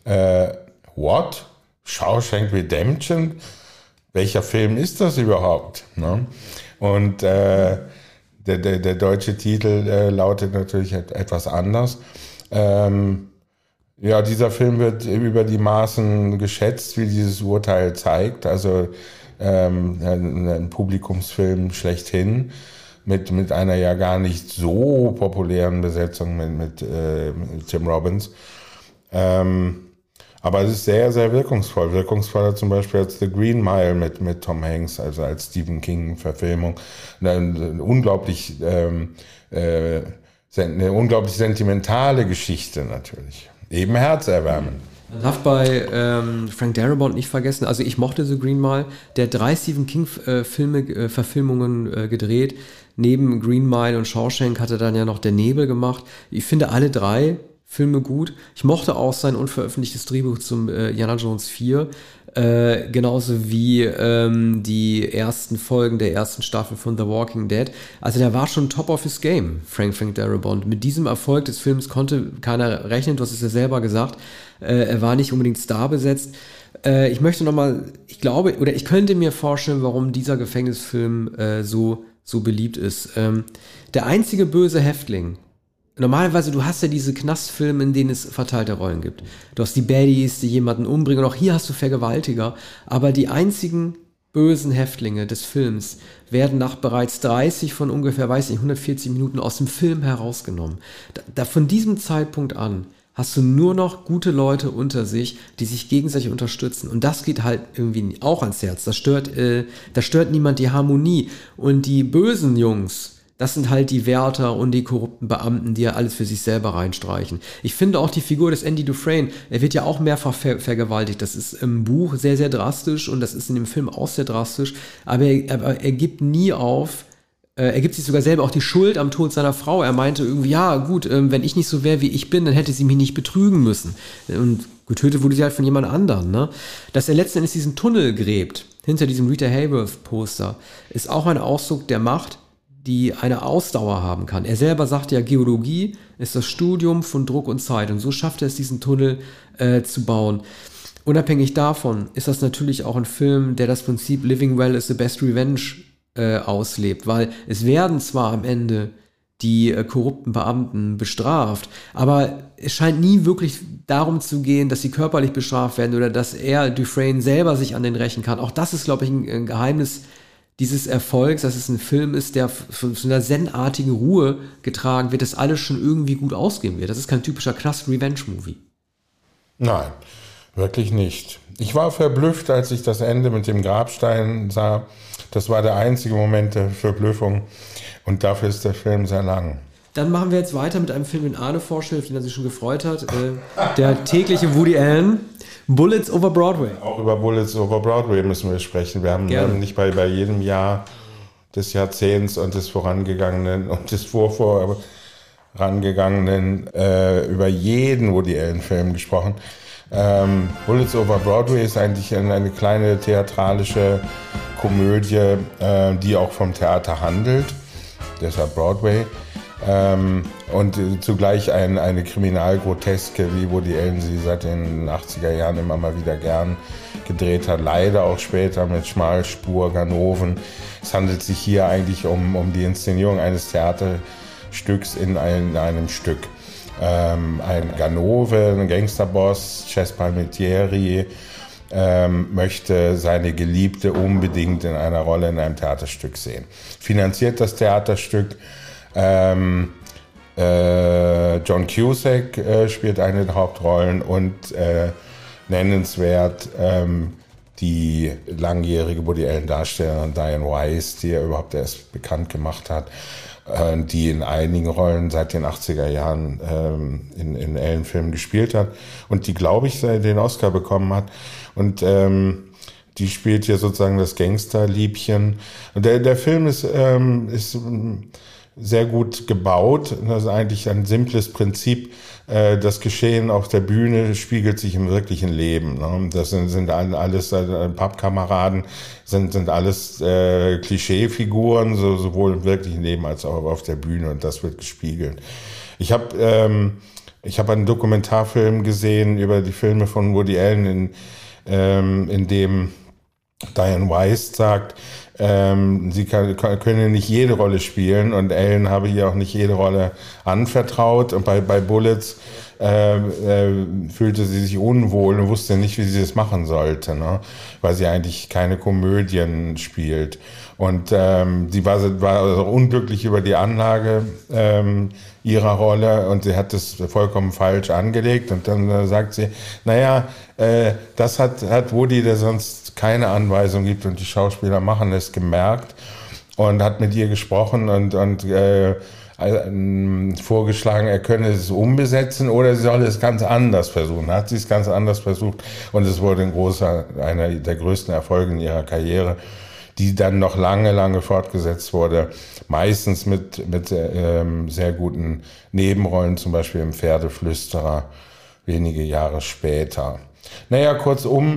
what? Shawshank Redemption? Welcher Film ist das überhaupt? Ne? Und der deutsche Titel lautet natürlich etwas anders. Ja, dieser Film wird über die Maßen geschätzt, wie dieses Urteil zeigt. Also ein Publikumsfilm schlechthin mit einer ja gar nicht so populären Besetzung mit Tim Robbins. Aber es ist sehr, sehr wirkungsvoll. Wirkungsvoller zum Beispiel als The Green Mile mit Tom Hanks, also als Stephen King-Verfilmung. Eine unglaublich sentimentale Geschichte natürlich. Eben herzerwärmend. Man darf bei Frank Darabont nicht vergessen, also ich mochte The Green Mile, der 3 Stephen King-Verfilmungen gedreht. Neben Green Mile und Shawshank hat er dann ja noch Der Nebel gemacht. Ich finde alle 3 Filme gut. Ich mochte auch sein unveröffentlichtes Drehbuch zum Indiana Jones 4, genauso wie die ersten Folgen der ersten Staffel von The Walking Dead. Also der war schon top of his game, Frank Darabont. Mit diesem Erfolg des Films konnte keiner rechnen, du hast es ja selber gesagt. Er war nicht unbedingt starbesetzt. Ich möchte nochmal, ich glaube, oder ich könnte mir vorstellen, warum dieser Gefängnisfilm so beliebt ist. Der einzige böse Häftling, normalerweise, du hast ja diese Knastfilme, in denen es verteilte Rollen gibt. Du hast die Baddies, die jemanden umbringen, und auch hier hast du Vergewaltiger. Aber die einzigen bösen Häftlinge des Films werden nach bereits 30 von ungefähr, 140 Minuten aus dem Film herausgenommen. Von diesem Zeitpunkt an hast du nur noch gute Leute unter sich, die sich gegenseitig unterstützen. Und das geht halt irgendwie auch ans Herz. Das stört niemand die Harmonie. Und die bösen Jungs, das sind halt die Wärter und die korrupten Beamten, die ja alles für sich selber reinstreichen. Ich finde auch die Figur des Andy Dufresne, er wird ja auch mehrfach vergewaltigt. Das ist im Buch sehr, sehr drastisch und das ist in dem Film auch sehr drastisch. Aber er gibt nie auf. Er gibt sich sogar selber auch die Schuld am Tod seiner Frau. Er meinte irgendwie, ja gut, wenn ich nicht so wäre, wie ich bin, dann hätte sie mich nicht betrügen müssen. Und getötet wurde sie halt von jemand anderem. Ne? Dass er letzten Endes diesen Tunnel gräbt, hinter diesem Rita Hayworth-Poster, ist auch ein Ausdruck der Macht, die eine Ausdauer haben kann. Er selber sagt ja, Geologie ist das Studium von Druck und Zeit. Und so schafft er es, diesen Tunnel zu bauen. Unabhängig davon ist das natürlich auch ein Film, der das Prinzip Living Well is the best revenge auslebt. Weil es werden zwar am Ende die korrupten Beamten bestraft, aber es scheint nie wirklich darum zu gehen, dass sie körperlich bestraft werden oder dass Dufresne selber sich an den rächen kann. Auch das ist, glaube ich, ein Geheimnis dieses Erfolgs, dass es ein Film ist, der von so einer zen-artigen Ruhe getragen wird, dass alles schon irgendwie gut ausgehen wird. Das ist kein typischer Knast-Revenge-Movie. Nein. Wirklich nicht. Ich war verblüfft, als ich das Ende mit dem Grabstein sah. Das war der einzige Moment der Verblüffung. Und dafür ist der Film sehr lang. Dann machen wir jetzt weiter mit einem Film, den Arne vorstellt, auf den er sich schon gefreut hat. Der tägliche Woody Allen, Bullets over Broadway. Auch über Bullets over Broadway müssen wir sprechen. Wir haben nicht bei jedem Jahr des Jahrzehnts und des vorangegangenen und des vorangegangenen über jeden Woody Allen-Film gesprochen. Bullets over Broadway ist eigentlich eine kleine theatralische Komödie, die auch vom Theater handelt, deshalb Broadway, und zugleich eine Kriminalgroteske, wie Woody Allen sie seit den 80er Jahren immer mal wieder gern gedreht hat, leider auch später mit Schmalspur, Ganoven. Es handelt sich hier eigentlich um die Inszenierung eines Theaterstücks in einem Stück. Ein Ganove, ein Gangsterboss, Cesare Palmentieri, möchte seine Geliebte unbedingt in einer Rolle in einem Theaterstück sehen. Finanziert das Theaterstück. John Cusack spielt eine der Hauptrollen und nennenswert die langjährige Woody Allen-Darstellerin Diane Weiss, die er überhaupt erst bekannt gemacht hat, die in einigen Rollen seit den 80er Jahren in Allen-Filmen gespielt hat und die, glaube ich, den Oscar bekommen hat. Und die spielt hier sozusagen das Gangsterliebchen. Und der Film ist sehr gut gebaut. Das ist eigentlich ein simples Prinzip. Das Geschehen auf der Bühne spiegelt sich im wirklichen Leben. Ne? Das sind alles Pappkameraden, sind alles Klischeefiguren, sowohl im wirklichen Leben als auch auf der Bühne, und das wird gespiegelt. Ich habe einen Dokumentarfilm gesehen über die Filme von Woody Allen, in dem Diane Weiss sagt, sie könne nicht jede Rolle spielen, und Allen habe hier auch nicht jede Rolle anvertraut. Und bei Bullets fühlte sie sich unwohl und wusste nicht, wie sie das machen sollte, ne? Weil sie eigentlich keine Komödien spielt. Und sie war also unglücklich über die Anlage ihrer Rolle, und sie hat das vollkommen falsch angelegt. Und dann sagt sie, das hat Woody, der sonst keine Anweisung gibt und die Schauspieler machen es, gemerkt und hat mit ihr gesprochen und vorgeschlagen, er könne es umbesetzen oder sie solle es ganz anders versuchen. Hat sie es ganz anders versucht, und es wurde einer der größten Erfolge in ihrer Karriere, die dann noch lange fortgesetzt wurde, meistens mit sehr guten Nebenrollen, zum Beispiel im Pferdeflüsterer wenige Jahre später. Kurzum,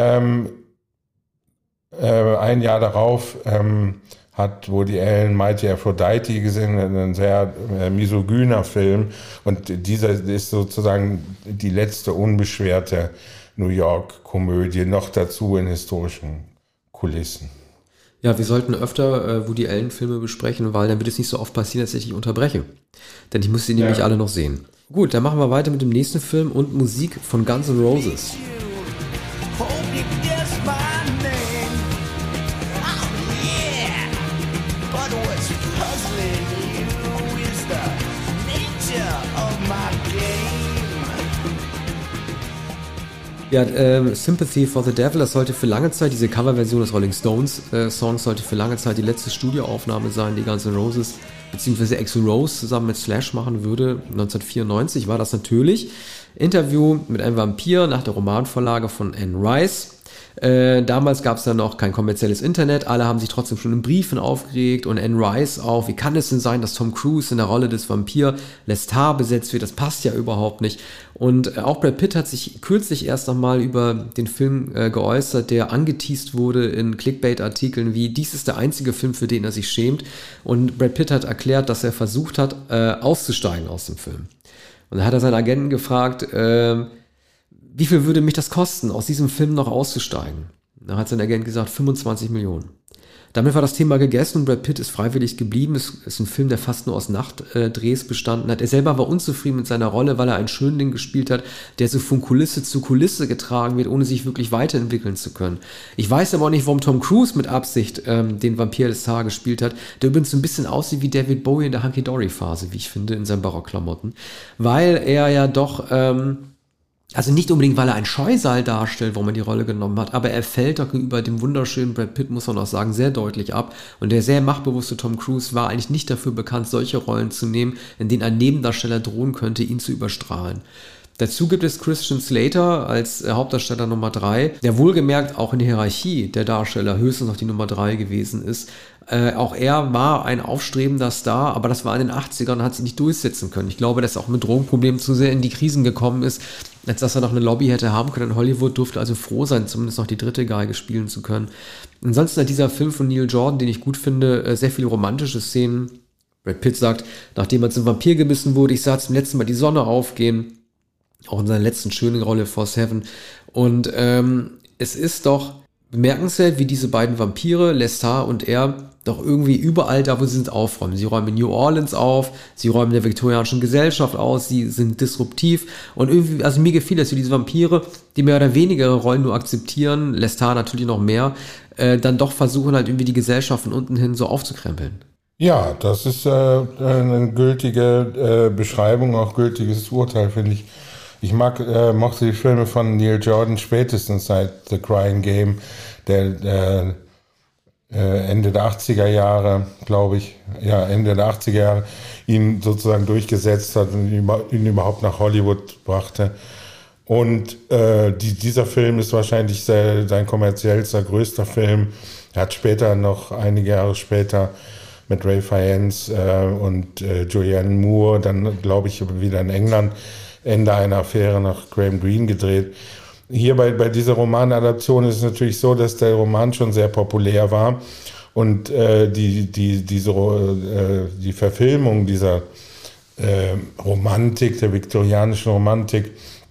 ein Jahr darauf hat Woody Allen Mighty Aphrodite gesehen, ein sehr misogyner Film, und dieser ist sozusagen die letzte unbeschwerte New York-Komödie, noch dazu in historischen Kulissen. Ja, wir sollten öfter Woody Allen-Filme besprechen, weil dann wird es nicht so oft passieren, dass ich dich unterbreche. Denn ich muss sie nämlich alle noch sehen. Gut, dann machen wir weiter mit dem nächsten Film und Musik von Guns N' Roses. Ja, Sympathy for the Devil, das sollte für lange Zeit, diese Coverversion des Rolling Stones Songs sollte für lange Zeit die letzte Studioaufnahme sein, die Guns N' Roses bzw. Axl Rose zusammen mit Slash machen würde. 1994 war das natürlich. Interview mit einem Vampir nach der Romanvorlage von Anne Rice. Damals gab es ja noch kein kommerzielles Internet, alle haben sich trotzdem schon in Briefen aufgeregt, und Anne Rice auch, wie kann es denn sein, dass Tom Cruise in der Rolle des Vampir Lestat besetzt wird, das passt ja überhaupt nicht. Und auch Brad Pitt hat sich kürzlich erst einmal über den Film geäußert, der angeteast wurde in Clickbait-Artikeln wie, dies ist der einzige Film, für den er sich schämt, und Brad Pitt hat erklärt, dass er versucht hat, auszusteigen aus dem Film. Und dann hat er seinen Agenten gefragt, wie viel würde mich das kosten, aus diesem Film noch auszusteigen? Da hat sein Agent gesagt, 25 Millionen. Damit war das Thema gegessen und Brad Pitt ist freiwillig geblieben. Es ist ein Film, der fast nur aus Nachtdrehs bestanden hat. Er selber war unzufrieden mit seiner Rolle, weil er einen Schönling gespielt hat, der so von Kulisse zu Kulisse getragen wird, ohne sich wirklich weiterentwickeln zu können. Ich weiß aber auch nicht, warum Tom Cruise mit Absicht den Vampir Lestat gespielt hat, der übrigens so ein bisschen aussieht wie David Bowie in der Hunky-Dory-Phase, wie ich finde, in seinen Barockklamotten. Weil er ja doch Also nicht unbedingt, weil er ein Scheusal darstellt, warum er die Rolle genommen hat, aber er fällt doch gegenüber dem wunderschönen Brad Pitt, muss man auch sagen, sehr deutlich ab. Und der sehr machtbewusste Tom Cruise war eigentlich nicht dafür bekannt, solche Rollen zu nehmen, in denen ein Nebendarsteller drohen könnte, ihn zu überstrahlen. Dazu gibt es Christian Slater als Hauptdarsteller Nummer 3, der wohlgemerkt auch in der Hierarchie der Darsteller höchstens noch die Nummer 3 gewesen ist. Auch er war ein aufstrebender Star, aber das war in den 80ern und hat sich nicht durchsetzen können. Ich glaube, dass er auch mit Drogenproblemen zu sehr in die Krisen gekommen ist, als dass er noch eine Lobby hätte haben können in Hollywood, durfte also froh sein, zumindest noch die dritte Geige spielen zu können. Ansonsten hat dieser Film von Neil Jordan, den ich gut finde, sehr viele romantische Szenen. Brad Pitt sagt, nachdem er zum Vampir gebissen wurde, ich sah zum letzten Mal die Sonne aufgehen, auch in seiner letzten schönen Rolle For Seven. Und es ist doch bemerkenswert, wie diese beiden Vampire, Lestat und er, doch irgendwie überall da, wo sie sind, aufräumen. Sie räumen in New Orleans auf, sie räumen der viktorianischen Gesellschaft aus, sie sind disruptiv und irgendwie, also mir gefiel das, wie diese Vampire, die mehr oder weniger ihre Rollen nur akzeptieren, Lestat natürlich noch mehr, dann doch versuchen halt irgendwie die Gesellschaft von unten hin so aufzukrempeln. Ja, das ist eine gültige Beschreibung, auch gültiges Urteil, finde ich. Ich mochte die Filme von Neil Jordan spätestens seit The Crying Game, der Ende der 80er Jahre, glaube ich, Ende der 80er Jahre, ihn sozusagen durchgesetzt hat und ihn überhaupt nach Hollywood brachte. Und dieser Film ist wahrscheinlich sein kommerziellster, größter Film. Er hat später noch, einige Jahre später, mit Ray Fiennes und Julianne Moore, dann glaube ich wieder in England, Ende einer Affäre nach Graham Greene gedreht. Hier bei dieser Romanadaption ist es natürlich so, dass der Roman schon sehr populär war und die Verfilmung dieser Romantik, der viktorianischen Romantik,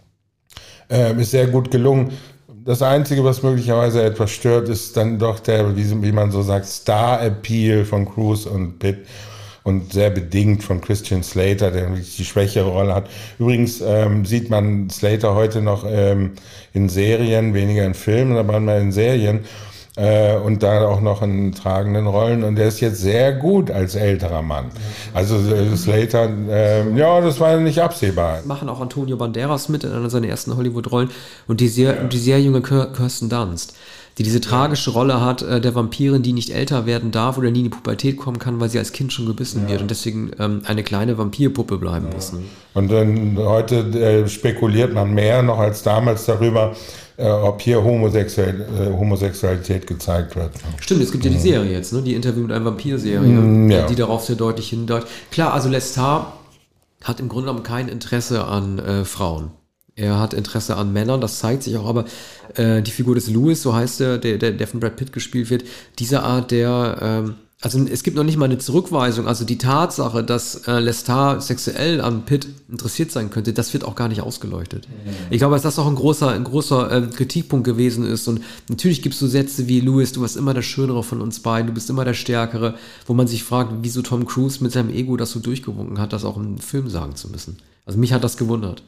ist sehr gut gelungen. Das Einzige, was möglicherweise etwas stört, ist dann doch der, wie man so sagt, Star-Appeal von Cruise und Pitt und sehr bedingt von Christian Slater, der die schwächere Rolle hat. Übrigens sieht man Slater heute noch in Serien, weniger in Filmen, aber mal in Serien und da auch noch in tragenden Rollen. Und er ist jetzt sehr gut als älterer Mann. Also Slater, das war nicht absehbar. Machen auch Antonio Banderas mit in einer seiner ersten Hollywood-Rollen und die sehr junge Kirsten Dunst, die diese tragische Rolle hat, der Vampirin, die nicht älter werden darf oder nie in die Pubertät kommen kann, weil sie als Kind schon gebissen wird und deswegen eine kleine Vampirpuppe bleiben muss. Ne? Und dann heute spekuliert man mehr noch als damals darüber, ob hier Homosexualität gezeigt wird. Stimmt, es gibt ja die Serie jetzt, ne? Die Interview mit einer Vampir-Serie, die darauf sehr deutlich hindeutet. Klar, also Lestat hat im Grunde genommen kein Interesse an Frauen. Er hat Interesse an Männern, das zeigt sich auch, aber die Figur des Louis, so heißt der von Brad Pitt gespielt wird, diese Art also es gibt noch nicht mal eine Zurückweisung, also die Tatsache, dass Lestat sexuell an Pitt interessiert sein könnte, das wird auch gar nicht ausgeleuchtet. Ich glaube, dass das auch ein großer Kritikpunkt gewesen ist und natürlich gibt es so Sätze wie Louis, du warst immer der Schönere von uns beiden, du bist immer der Stärkere, wo man sich fragt, wieso Tom Cruise mit seinem Ego das so durchgewunken hat, das auch im Film sagen zu müssen. Also mich hat das gewundert.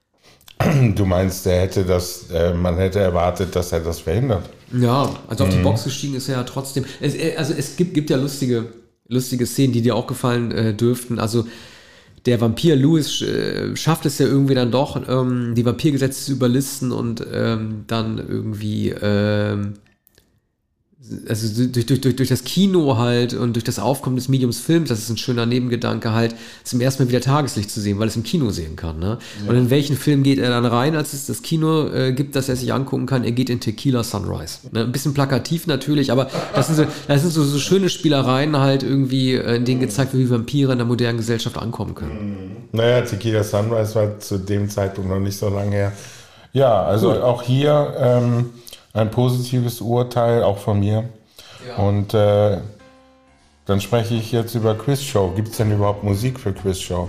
Du meinst, man hätte erwartet, dass er das verhindert? Ja, also auf die Box gestiegen ist er ja trotzdem. Es gibt ja lustige Szenen, die dir auch gefallen dürften. Also der Vampir Louis schafft es ja irgendwie dann doch, die Vampirgesetze zu überlisten und dann irgendwie also durch das Kino halt und durch das Aufkommen des Mediums Films, das ist ein schöner Nebengedanke halt, zum ersten Mal wieder Tageslicht zu sehen, weil es im Kino sehen kann. Ne? Ja. Und in welchen Film geht er dann rein, als es das Kino gibt, das er sich angucken kann? Er geht in Tequila Sunrise. Ne? Ein bisschen plakativ natürlich, aber das sind so schöne Spielereien halt irgendwie, in denen gezeigt wird, wie Vampire in der modernen Gesellschaft ankommen können. Naja, Tequila Sunrise war zu dem Zeitpunkt noch nicht so lange her. Ja, also auch hier ein positives Urteil, auch von mir. Ja. Und dann spreche ich jetzt über Quizshow. Gibt es denn überhaupt Musik für Quizshow?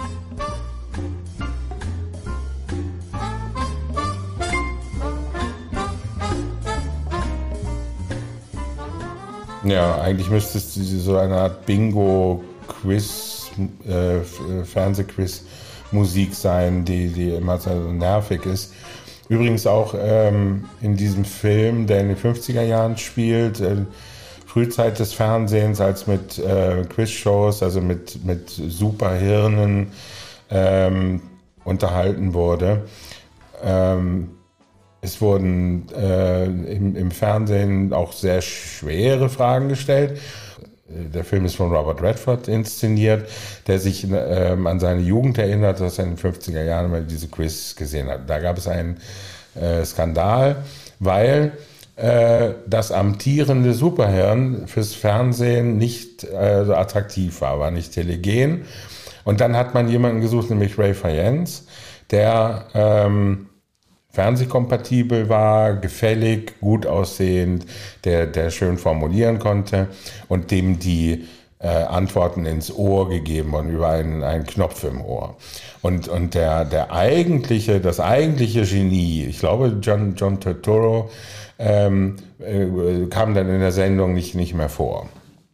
Ja, eigentlich müsste es so eine Art Bingo-Quiz, Fernsehquiz-Musik sein, die immer so nervig ist. Übrigens auch in diesem Film, der in den 50er Jahren spielt, Frühzeit des Fernsehens, als mit Quizshows, also mit Superhirnen unterhalten wurde. es wurden im Fernsehen auch sehr schwere Fragen gestellt. Der Film ist von Robert Redford inszeniert, der sich an seine Jugend erinnert, dass er in den 50er Jahren mal diese Quiz gesehen hat. Da gab es einen Skandal, weil das amtierende Superhirn fürs Fernsehen nicht so attraktiv war nicht telegen. Und dann hat man jemanden gesucht, nämlich Ray Fiennes, der fernsehkompatibel war, gefällig, gut aussehend, der schön formulieren konnte und dem die Antworten ins Ohr gegeben wurden, über einen Knopf im Ohr. Und das eigentliche Genie, ich glaube John Turturro, kam dann in der Sendung nicht mehr vor.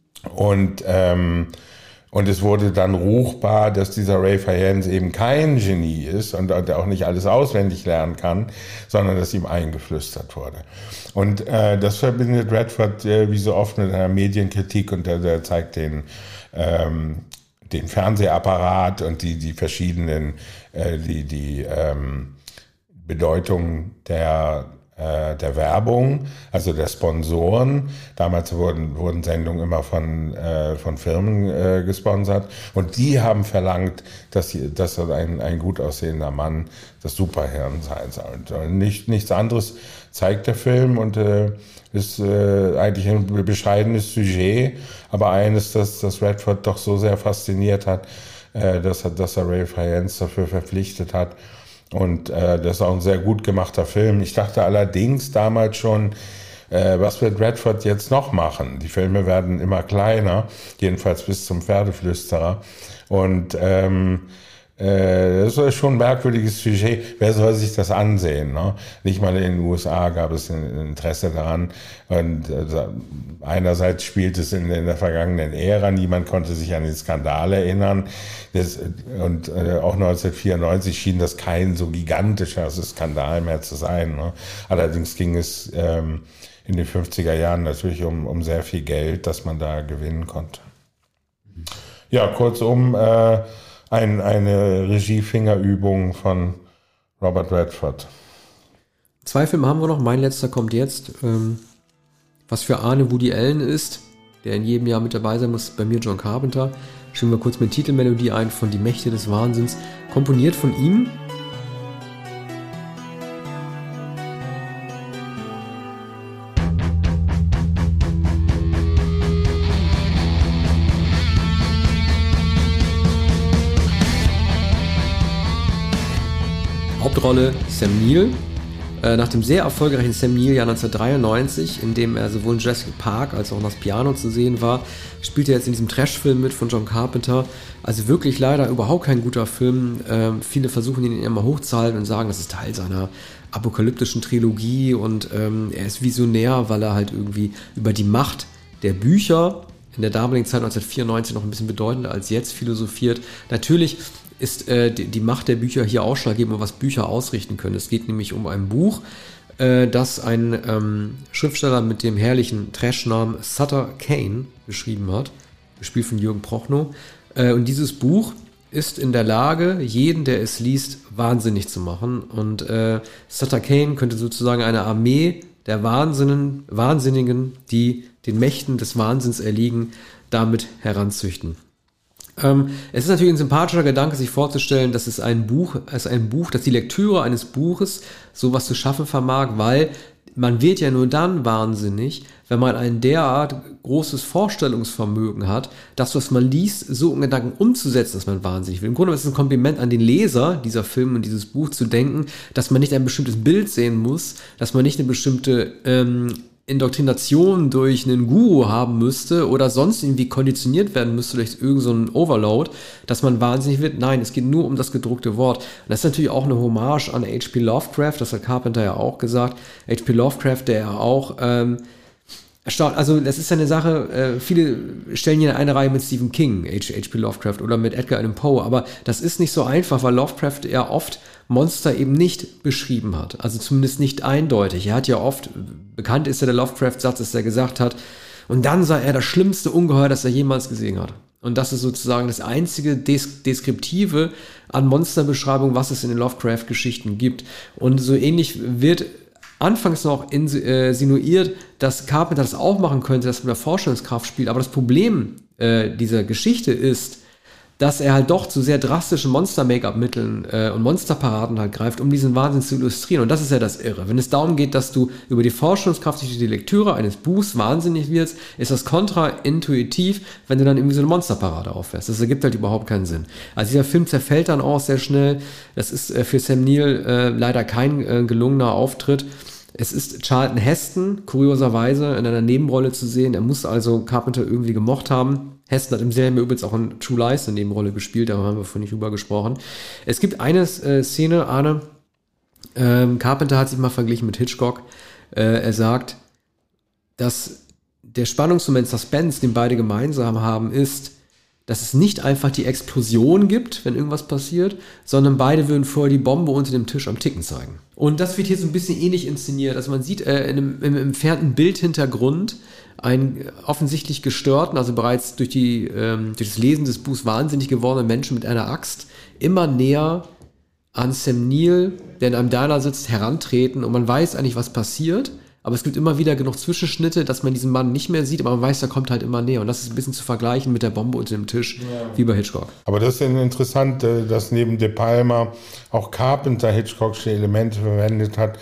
Und es wurde dann ruchbar, dass dieser Ray Fiennes eben kein Genie ist und auch nicht alles auswendig lernen kann, sondern dass ihm eingeflüstert wurde. Und das verbindet Redford wie so oft mit einer Medienkritik und der zeigt den Fernsehapparat und die verschiedenen, die Bedeutung der Werbung, also der Sponsoren. Damals wurden Sendungen immer von Firmen gesponsert und die haben verlangt, dass ein gut aussehender Mann das Superhirn sein soll. Nichts anderes zeigt der Film und ist eigentlich ein bescheidenes Sujet, aber eines, das Redford doch so sehr fasziniert hat, dass er Ray Fiennes dafür verpflichtet hat. Und das ist auch ein sehr gut gemachter Film. Ich dachte allerdings damals schon, was wird Redford jetzt noch machen? Die Filme werden immer kleiner, jedenfalls bis zum Pferdeflüsterer. Und das ist schon ein merkwürdiges Sujet. Wer soll sich das ansehen? Ne? Nicht mal in den USA gab es ein Interesse daran. Und einerseits spielt es in der vergangenen Ära. Niemand konnte sich an den Skandal erinnern. Und auch 1994 schien das kein so gigantischer Skandal mehr zu sein. Ne? Allerdings ging es in den 50er Jahren natürlich um sehr viel Geld, das man da gewinnen konnte. Ja, kurzum, eine Regiefingerübung von Robert Redford. 2 Filme haben wir noch. Mein letzter kommt jetzt. Was für Arne Woody Allen ist, der in jedem Jahr mit dabei sein muss, bei mir John Carpenter. Schieben wir kurz mit Titelmelodie ein von Die Mächte des Wahnsinns. Komponiert von ihm. Hauptrolle Sam Neill. Nach dem sehr erfolgreichen Sam Neill-Jahr 1993, in dem er sowohl in Jurassic Park als auch in Das Piano zu sehen war, spielt er jetzt in diesem Trash-Film mit von John Carpenter. Also wirklich leider überhaupt kein guter Film. Viele versuchen ihn immer hochzuhalten und sagen, das ist Teil seiner apokalyptischen Trilogie und er ist visionär, weil er halt irgendwie über die Macht der Bücher in der damaligen Zeit 1994 noch ein bisschen bedeutender als jetzt philosophiert. Natürlich ist die Macht der Bücher hier ausschlaggebend, was Bücher ausrichten können. Es geht nämlich um ein Buch, das ein Schriftsteller mit dem herrlichen Trashnamen Sutter Kane geschrieben hat, gespielt von Jürgen Prochnow. Und dieses Buch ist in der Lage, jeden, der es liest, wahnsinnig zu machen. Und Sutter Kane könnte sozusagen eine Armee der Wahnsinnigen, die den Mächten des Wahnsinns erliegen, damit heranzüchten. Es ist natürlich ein sympathischer Gedanke, sich vorzustellen, dass es dass die Lektüre eines Buches sowas zu schaffen vermag, weil man wird ja nur dann wahnsinnig, wenn man ein derart großes Vorstellungsvermögen hat, das, was man liest, so in Gedanken umzusetzen, dass man wahnsinnig wird. Im Grunde ist es ein Kompliment an den Leser dieser Film und dieses Buch zu denken, dass man nicht ein bestimmtes Bild sehen muss, dass man nicht eine bestimmte Indoktrination durch einen Guru haben müsste oder sonst irgendwie konditioniert werden müsste durch irgendeinen so einen Overload, dass man wahnsinnig wird. Nein, es geht nur um das gedruckte Wort. Und das ist natürlich auch eine Hommage an H.P. Lovecraft, das hat Carpenter ja auch gesagt. H.P. Lovecraft, der ja auch erstaunt, also das ist ja eine Sache, viele stellen hier eine Reihe mit Stephen King, H.P. Lovecraft oder mit Edgar Allan Poe, aber das ist nicht so einfach, weil Lovecraft ja oft Monster eben nicht beschrieben hat, also zumindest nicht eindeutig. Er hat ja oft, bekannt ist ja der Lovecraft-Satz, dass er gesagt hat, und dann sah er das schlimmste Ungeheuer, das er jemals gesehen hat. Und das ist sozusagen das einzige Deskriptive an Monsterbeschreibung, was es in den Lovecraft-Geschichten gibt. Und so ähnlich wird anfangs noch insinuiert, dass Carpenter das auch machen könnte, dass mit der Vorstellungskraft spielt. Aber das Problem dieser Geschichte ist, dass er halt doch zu sehr drastischen Monster-Make-up-Mitteln und Monsterparaden halt greift, um diesen Wahnsinn zu illustrieren. Und das ist ja das Irre. Wenn es darum geht, dass du über die Vorstellungskraft durch die Lektüre eines Buchs wahnsinnig wirst, ist das kontraintuitiv, wenn du dann irgendwie so eine Monsterparade auffährst. Das ergibt halt überhaupt keinen Sinn. Also dieser Film zerfällt dann auch sehr schnell. Das ist für Sam Neill leider kein gelungener Auftritt. Es ist Charlton Heston, kurioserweise, in einer Nebenrolle zu sehen. Er muss also Carpenter irgendwie gemocht haben. Heston hat im selben übrigens auch in True Lies eine Nebenrolle gespielt, darüber haben wir vorhin nicht drüber gesprochen. Es gibt eine Szene, Arne, Carpenter hat sich mal verglichen mit Hitchcock. Er sagt, dass der Spannungsmoment Suspense, den beide gemeinsam haben, ist, dass es nicht einfach die Explosion gibt, wenn irgendwas passiert, sondern beide würden vorher die Bombe unter dem Tisch am Ticken zeigen. Und das wird hier so ein bisschen ähnlich inszeniert. Also man sieht im entfernten Bildhintergrund einen offensichtlich gestörten, also bereits durch das Lesen des Buchs wahnsinnig gewordenen Menschen mit einer Axt immer näher an Sam Neill, der in einem Diner sitzt, herantreten und man weiß eigentlich, was passiert. Aber es gibt immer wieder genug Zwischenschnitte, dass man diesen Mann nicht mehr sieht, aber man weiß, der kommt halt immer näher. Und das ist ein bisschen zu vergleichen mit der Bombe unter dem Tisch, wie bei Hitchcock. Aber das ist ja interessant, dass neben De Palma auch Carpenter Hitchcocksche Elemente verwendet hat.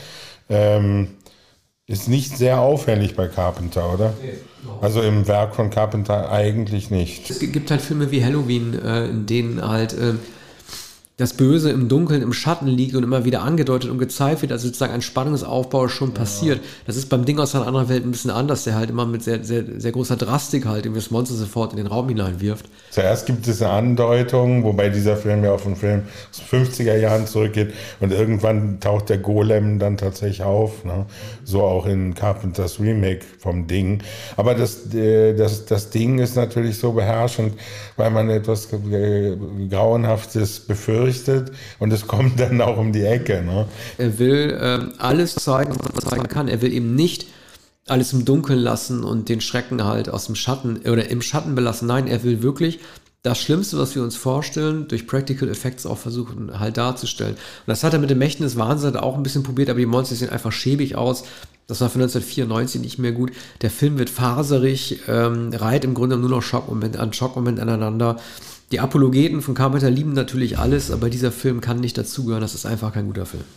Ist nicht sehr auffällig bei Carpenter, oder? Nee. Also im Werk von Carpenter eigentlich nicht. Es gibt halt Filme wie Halloween, in denen halt das Böse im Dunkeln, im Schatten liegt und immer wieder angedeutet und gezeigt wird, also sozusagen ein Spannungsaufbau schon passiert. Das ist beim Ding aus einer anderen Welt ein bisschen anders, der halt immer mit sehr, sehr, sehr großer Drastik halt irgendwie das Monster sofort in den Raum hineinwirft. Zuerst gibt es eine Andeutung, wobei dieser Film ja auf einen Film aus den 50er Jahren zurückgeht und irgendwann taucht der Golem dann tatsächlich auf, ne? So auch in Carpenters Remake vom Ding. Aber das Ding ist natürlich so beherrschend, weil man etwas Grauenhaftes befürchtet und es kommt dann auch um die Ecke. Ne? Er will alles zeigen, was man zeigen kann. Er will eben nicht alles im Dunkeln lassen und den Schrecken halt aus dem Schatten oder im Schatten belassen. Nein, er will wirklich das Schlimmste, was wir uns vorstellen, durch Practical Effects auch versuchen halt darzustellen. Und das hat er mit dem Mächten des Wahnsinns auch ein bisschen probiert, aber die Monster sehen einfach schäbig aus. Das war für 1994 nicht mehr gut. Der Film wird faserig, reiht im Grunde nur noch Schockmoment aneinander. Die Apologeten von Carpenter lieben natürlich alles, aber dieser Film kann nicht dazugehören. Das ist einfach kein guter Film.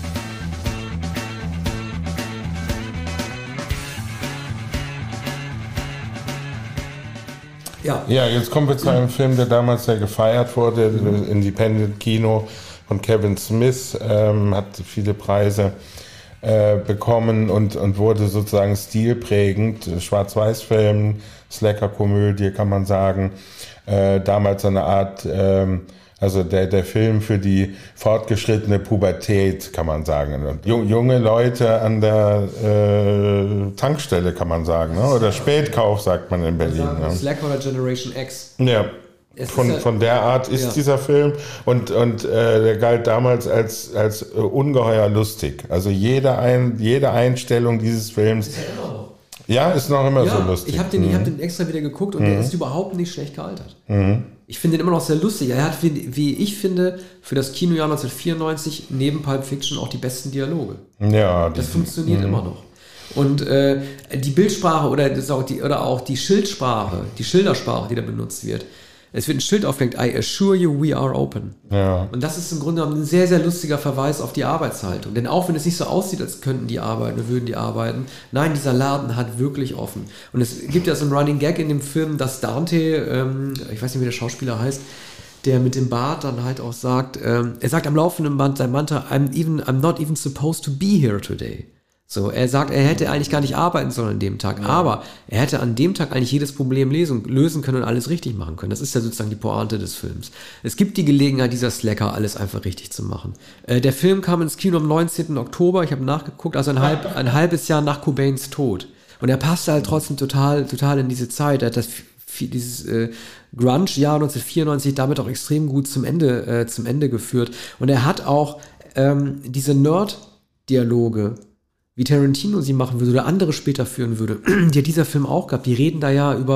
Ja, jetzt kommen wir zu einem Film, der damals sehr gefeiert wurde, Independent Kino von Kevin Smith, hat viele Preise bekommen und wurde sozusagen stilprägend. Schwarz-Weiß-Film, Slacker-Komödie kann man sagen. Damals eine Art, also der Film für die fortgeschrittene Pubertät, kann man sagen. Junge Leute an der Tankstelle, kann man sagen, ne? Oder Spätkauf, sagt man in Berlin. Ne? Slacker oder Generation X. Ja. Von der Art ist dieser Film und der galt damals als ungeheuer lustig. Also jede Einstellung dieses Films. Ist immer noch. Ja, ist noch immer so lustig. Ich hab den extra wieder geguckt und der ist überhaupt nicht schlecht gealtert. Ich finde den immer noch sehr lustig. Er hat, wie ich finde, für das Kinojahr 1994 neben Pulp Fiction auch die besten Dialoge. Ja, das funktioniert immer noch. Und die Bildsprache oder auch die Schildsprache, die Schildersprache, die da benutzt wird. Es wird ein Schild aufgehängt, I assure you we are open. Ja. Und das ist im Grunde ein sehr, sehr lustiger Verweis auf die Arbeitshaltung. Denn auch wenn es nicht so aussieht, als könnten die arbeiten oder würden die arbeiten, nein, dieser Laden hat wirklich offen. Und es gibt ja so einen Running Gag in dem Film, dass Dante, ich weiß nicht, wie der Schauspieler heißt, der mit dem Bart dann halt auch sagt, er sagt am laufenden Band sein Mantra, I'm not even supposed to be here today. So, er sagt, er hätte eigentlich gar nicht arbeiten sollen an dem Tag, aber er hätte an dem Tag eigentlich jedes Problem lösen können und alles richtig machen können. Das ist ja sozusagen die Pointe des Films. Es gibt die Gelegenheit, dieser Slacker alles einfach richtig zu machen. Der Film kam ins Kino am 19. Oktober, ich habe nachgeguckt, also ein halbes Jahr nach Cobains Tod. Und er passte halt trotzdem total in diese Zeit. Er hat dieses Grunge-Jahr 1994 damit auch extrem gut zum Ende geführt. Und er hat auch diese Nerd-Dialoge, wie Tarantino sie machen würde oder andere später führen würde, die hat dieser Film auch gehabt. Die reden da ja über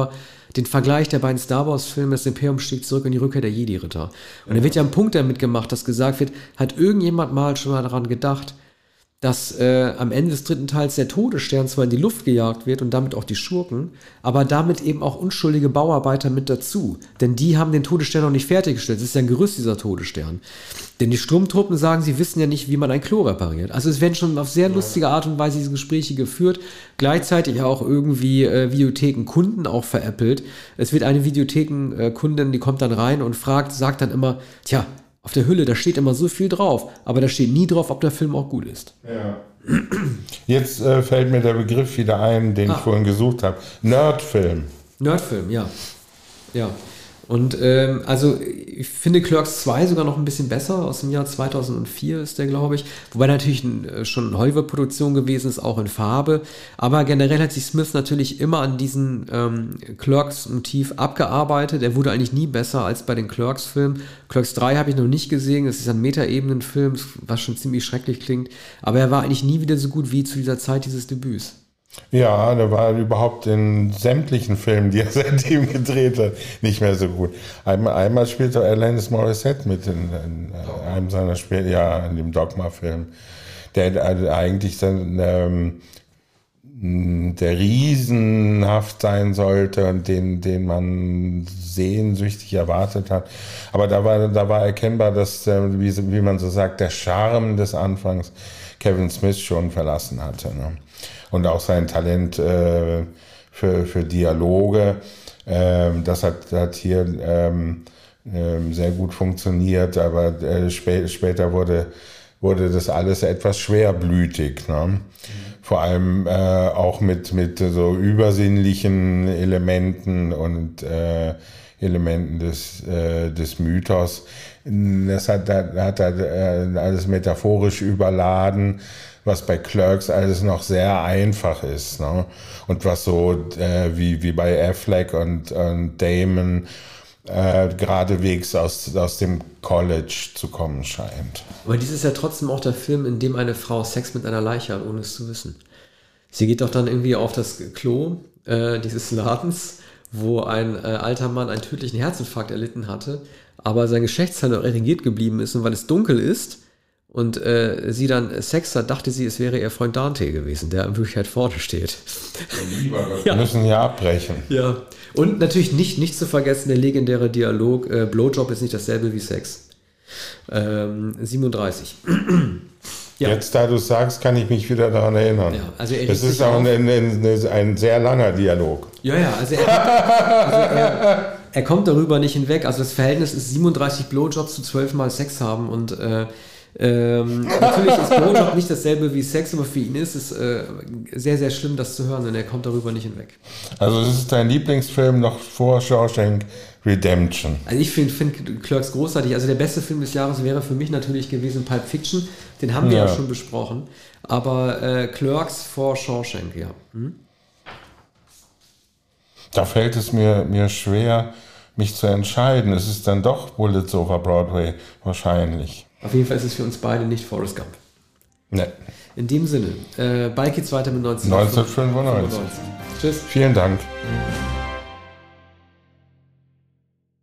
den Vergleich der beiden Star Wars-Filme, das Imperium schlägt zurück und die Rückkehr der Jedi-Ritter. Und da wird ja ein Punkt damit gemacht, dass gesagt wird, hat irgendjemand mal schon mal daran gedacht, dass am Ende des 3. Teils der Todesstern zwar in die Luft gejagt wird und damit auch die Schurken, aber damit eben auch unschuldige Bauarbeiter mit dazu. Denn die haben den Todesstern noch nicht fertiggestellt. Es ist ja ein Gerüst, dieser Todesstern. Denn die Sturmtruppen sagen, sie wissen ja nicht, wie man ein Klo repariert. Also es werden schon auf sehr lustige Art und Weise diese Gespräche geführt. Gleichzeitig auch irgendwie Videothekenkunden auch veräppelt. Es wird eine Videothekenkundin, die kommt dann rein und sagt dann immer, tja, auf der Hülle, da steht immer so viel drauf, aber da steht nie drauf, ob der Film auch gut ist. Ja. Jetzt fällt mir der Begriff wieder ein, den ich vorhin gesucht habe. Nerdfilm. Nerdfilm, ja. Ja. Und also ich finde Clerks 2 sogar noch ein bisschen besser, aus dem Jahr 2004 ist der, glaube ich. Wobei natürlich schon eine Hollywood-Produktion gewesen ist, auch in Farbe. Aber generell hat sich Smith natürlich immer an diesen Clerks-Motiv abgearbeitet. Er wurde eigentlich nie besser als bei den Clerks-Filmen. Clerks 3 habe ich noch nicht gesehen. Es ist ein Metaebenen-Film, was schon ziemlich schrecklich klingt. Aber er war eigentlich nie wieder so gut wie zu dieser Zeit dieses Debüts. Ja, der war überhaupt in sämtlichen Filmen, die er seitdem gedreht hat, nicht mehr so gut. Einmal spielte Alanis Morissette mit in einem seiner Spiele, ja, in dem Dogma-Film, der eigentlich dann der riesenhaft sein sollte und den man sehnsüchtig erwartet hat. Aber da war erkennbar, dass, wie man so sagt, der Charme des Anfangs Kevin Smith schon verlassen hatte, ne? Und auch sein Talent für Dialoge, das hat hier sehr gut funktioniert, aber später wurde das alles etwas schwerblütig, ne? Vor allem auch mit so übersinnlichen Elementen und Elementen des Mythos. Das hat alles metaphorisch überladen, was bei Clerks alles noch sehr einfach ist, ne? Und was so wie bei Affleck und Damon geradewegs aus dem College zu kommen scheint. Aber dies ist ja trotzdem auch der Film, in dem eine Frau Sex mit einer Leiche hat, ohne es zu wissen. Sie geht doch dann irgendwie auf das Klo dieses Ladens, wo ein alter Mann einen tödlichen Herzinfarkt erlitten hatte, aber sein Geschlechtsteil noch irrigiert geblieben ist, und weil es dunkel ist und sie dann Sex hat, dachte sie, es wäre ihr Freund Dante gewesen, der in Wirklichkeit vorne steht. Wir müssen ja abbrechen. Ja, und natürlich nicht zu vergessen der legendäre Dialog, Blowjob ist nicht dasselbe wie Sex. 37. Ja. Jetzt, da du sagst, kann ich mich wieder daran erinnern. Ja, also das ist auch ein sehr langer Dialog. Ja, also er kommt darüber nicht hinweg. Also das Verhältnis ist 37 Blowjobs zu 12 Mal Sex haben. Und natürlich ist Blowjob nicht dasselbe wie Sex, aber für ihn ist es sehr, sehr schlimm, das zu hören, denn er kommt darüber nicht hinweg. Also es ist dein Lieblingsfilm noch vor Shawshank Redemption. Also ich finde Clerks großartig. Also der beste Film des Jahres wäre für mich natürlich gewesen Pulp Fiction. Den haben wir ja schon besprochen. Aber Clerks vor Shawshank, ja. Da fällt es mir schwer, mich zu entscheiden. Es ist dann doch Bullets over Broadway wahrscheinlich. Auf jeden Fall ist es für uns beide nicht Forrest Gump. Nee. In dem Sinne, bald geht's weiter mit 1995. Tschüss. Vielen Dank.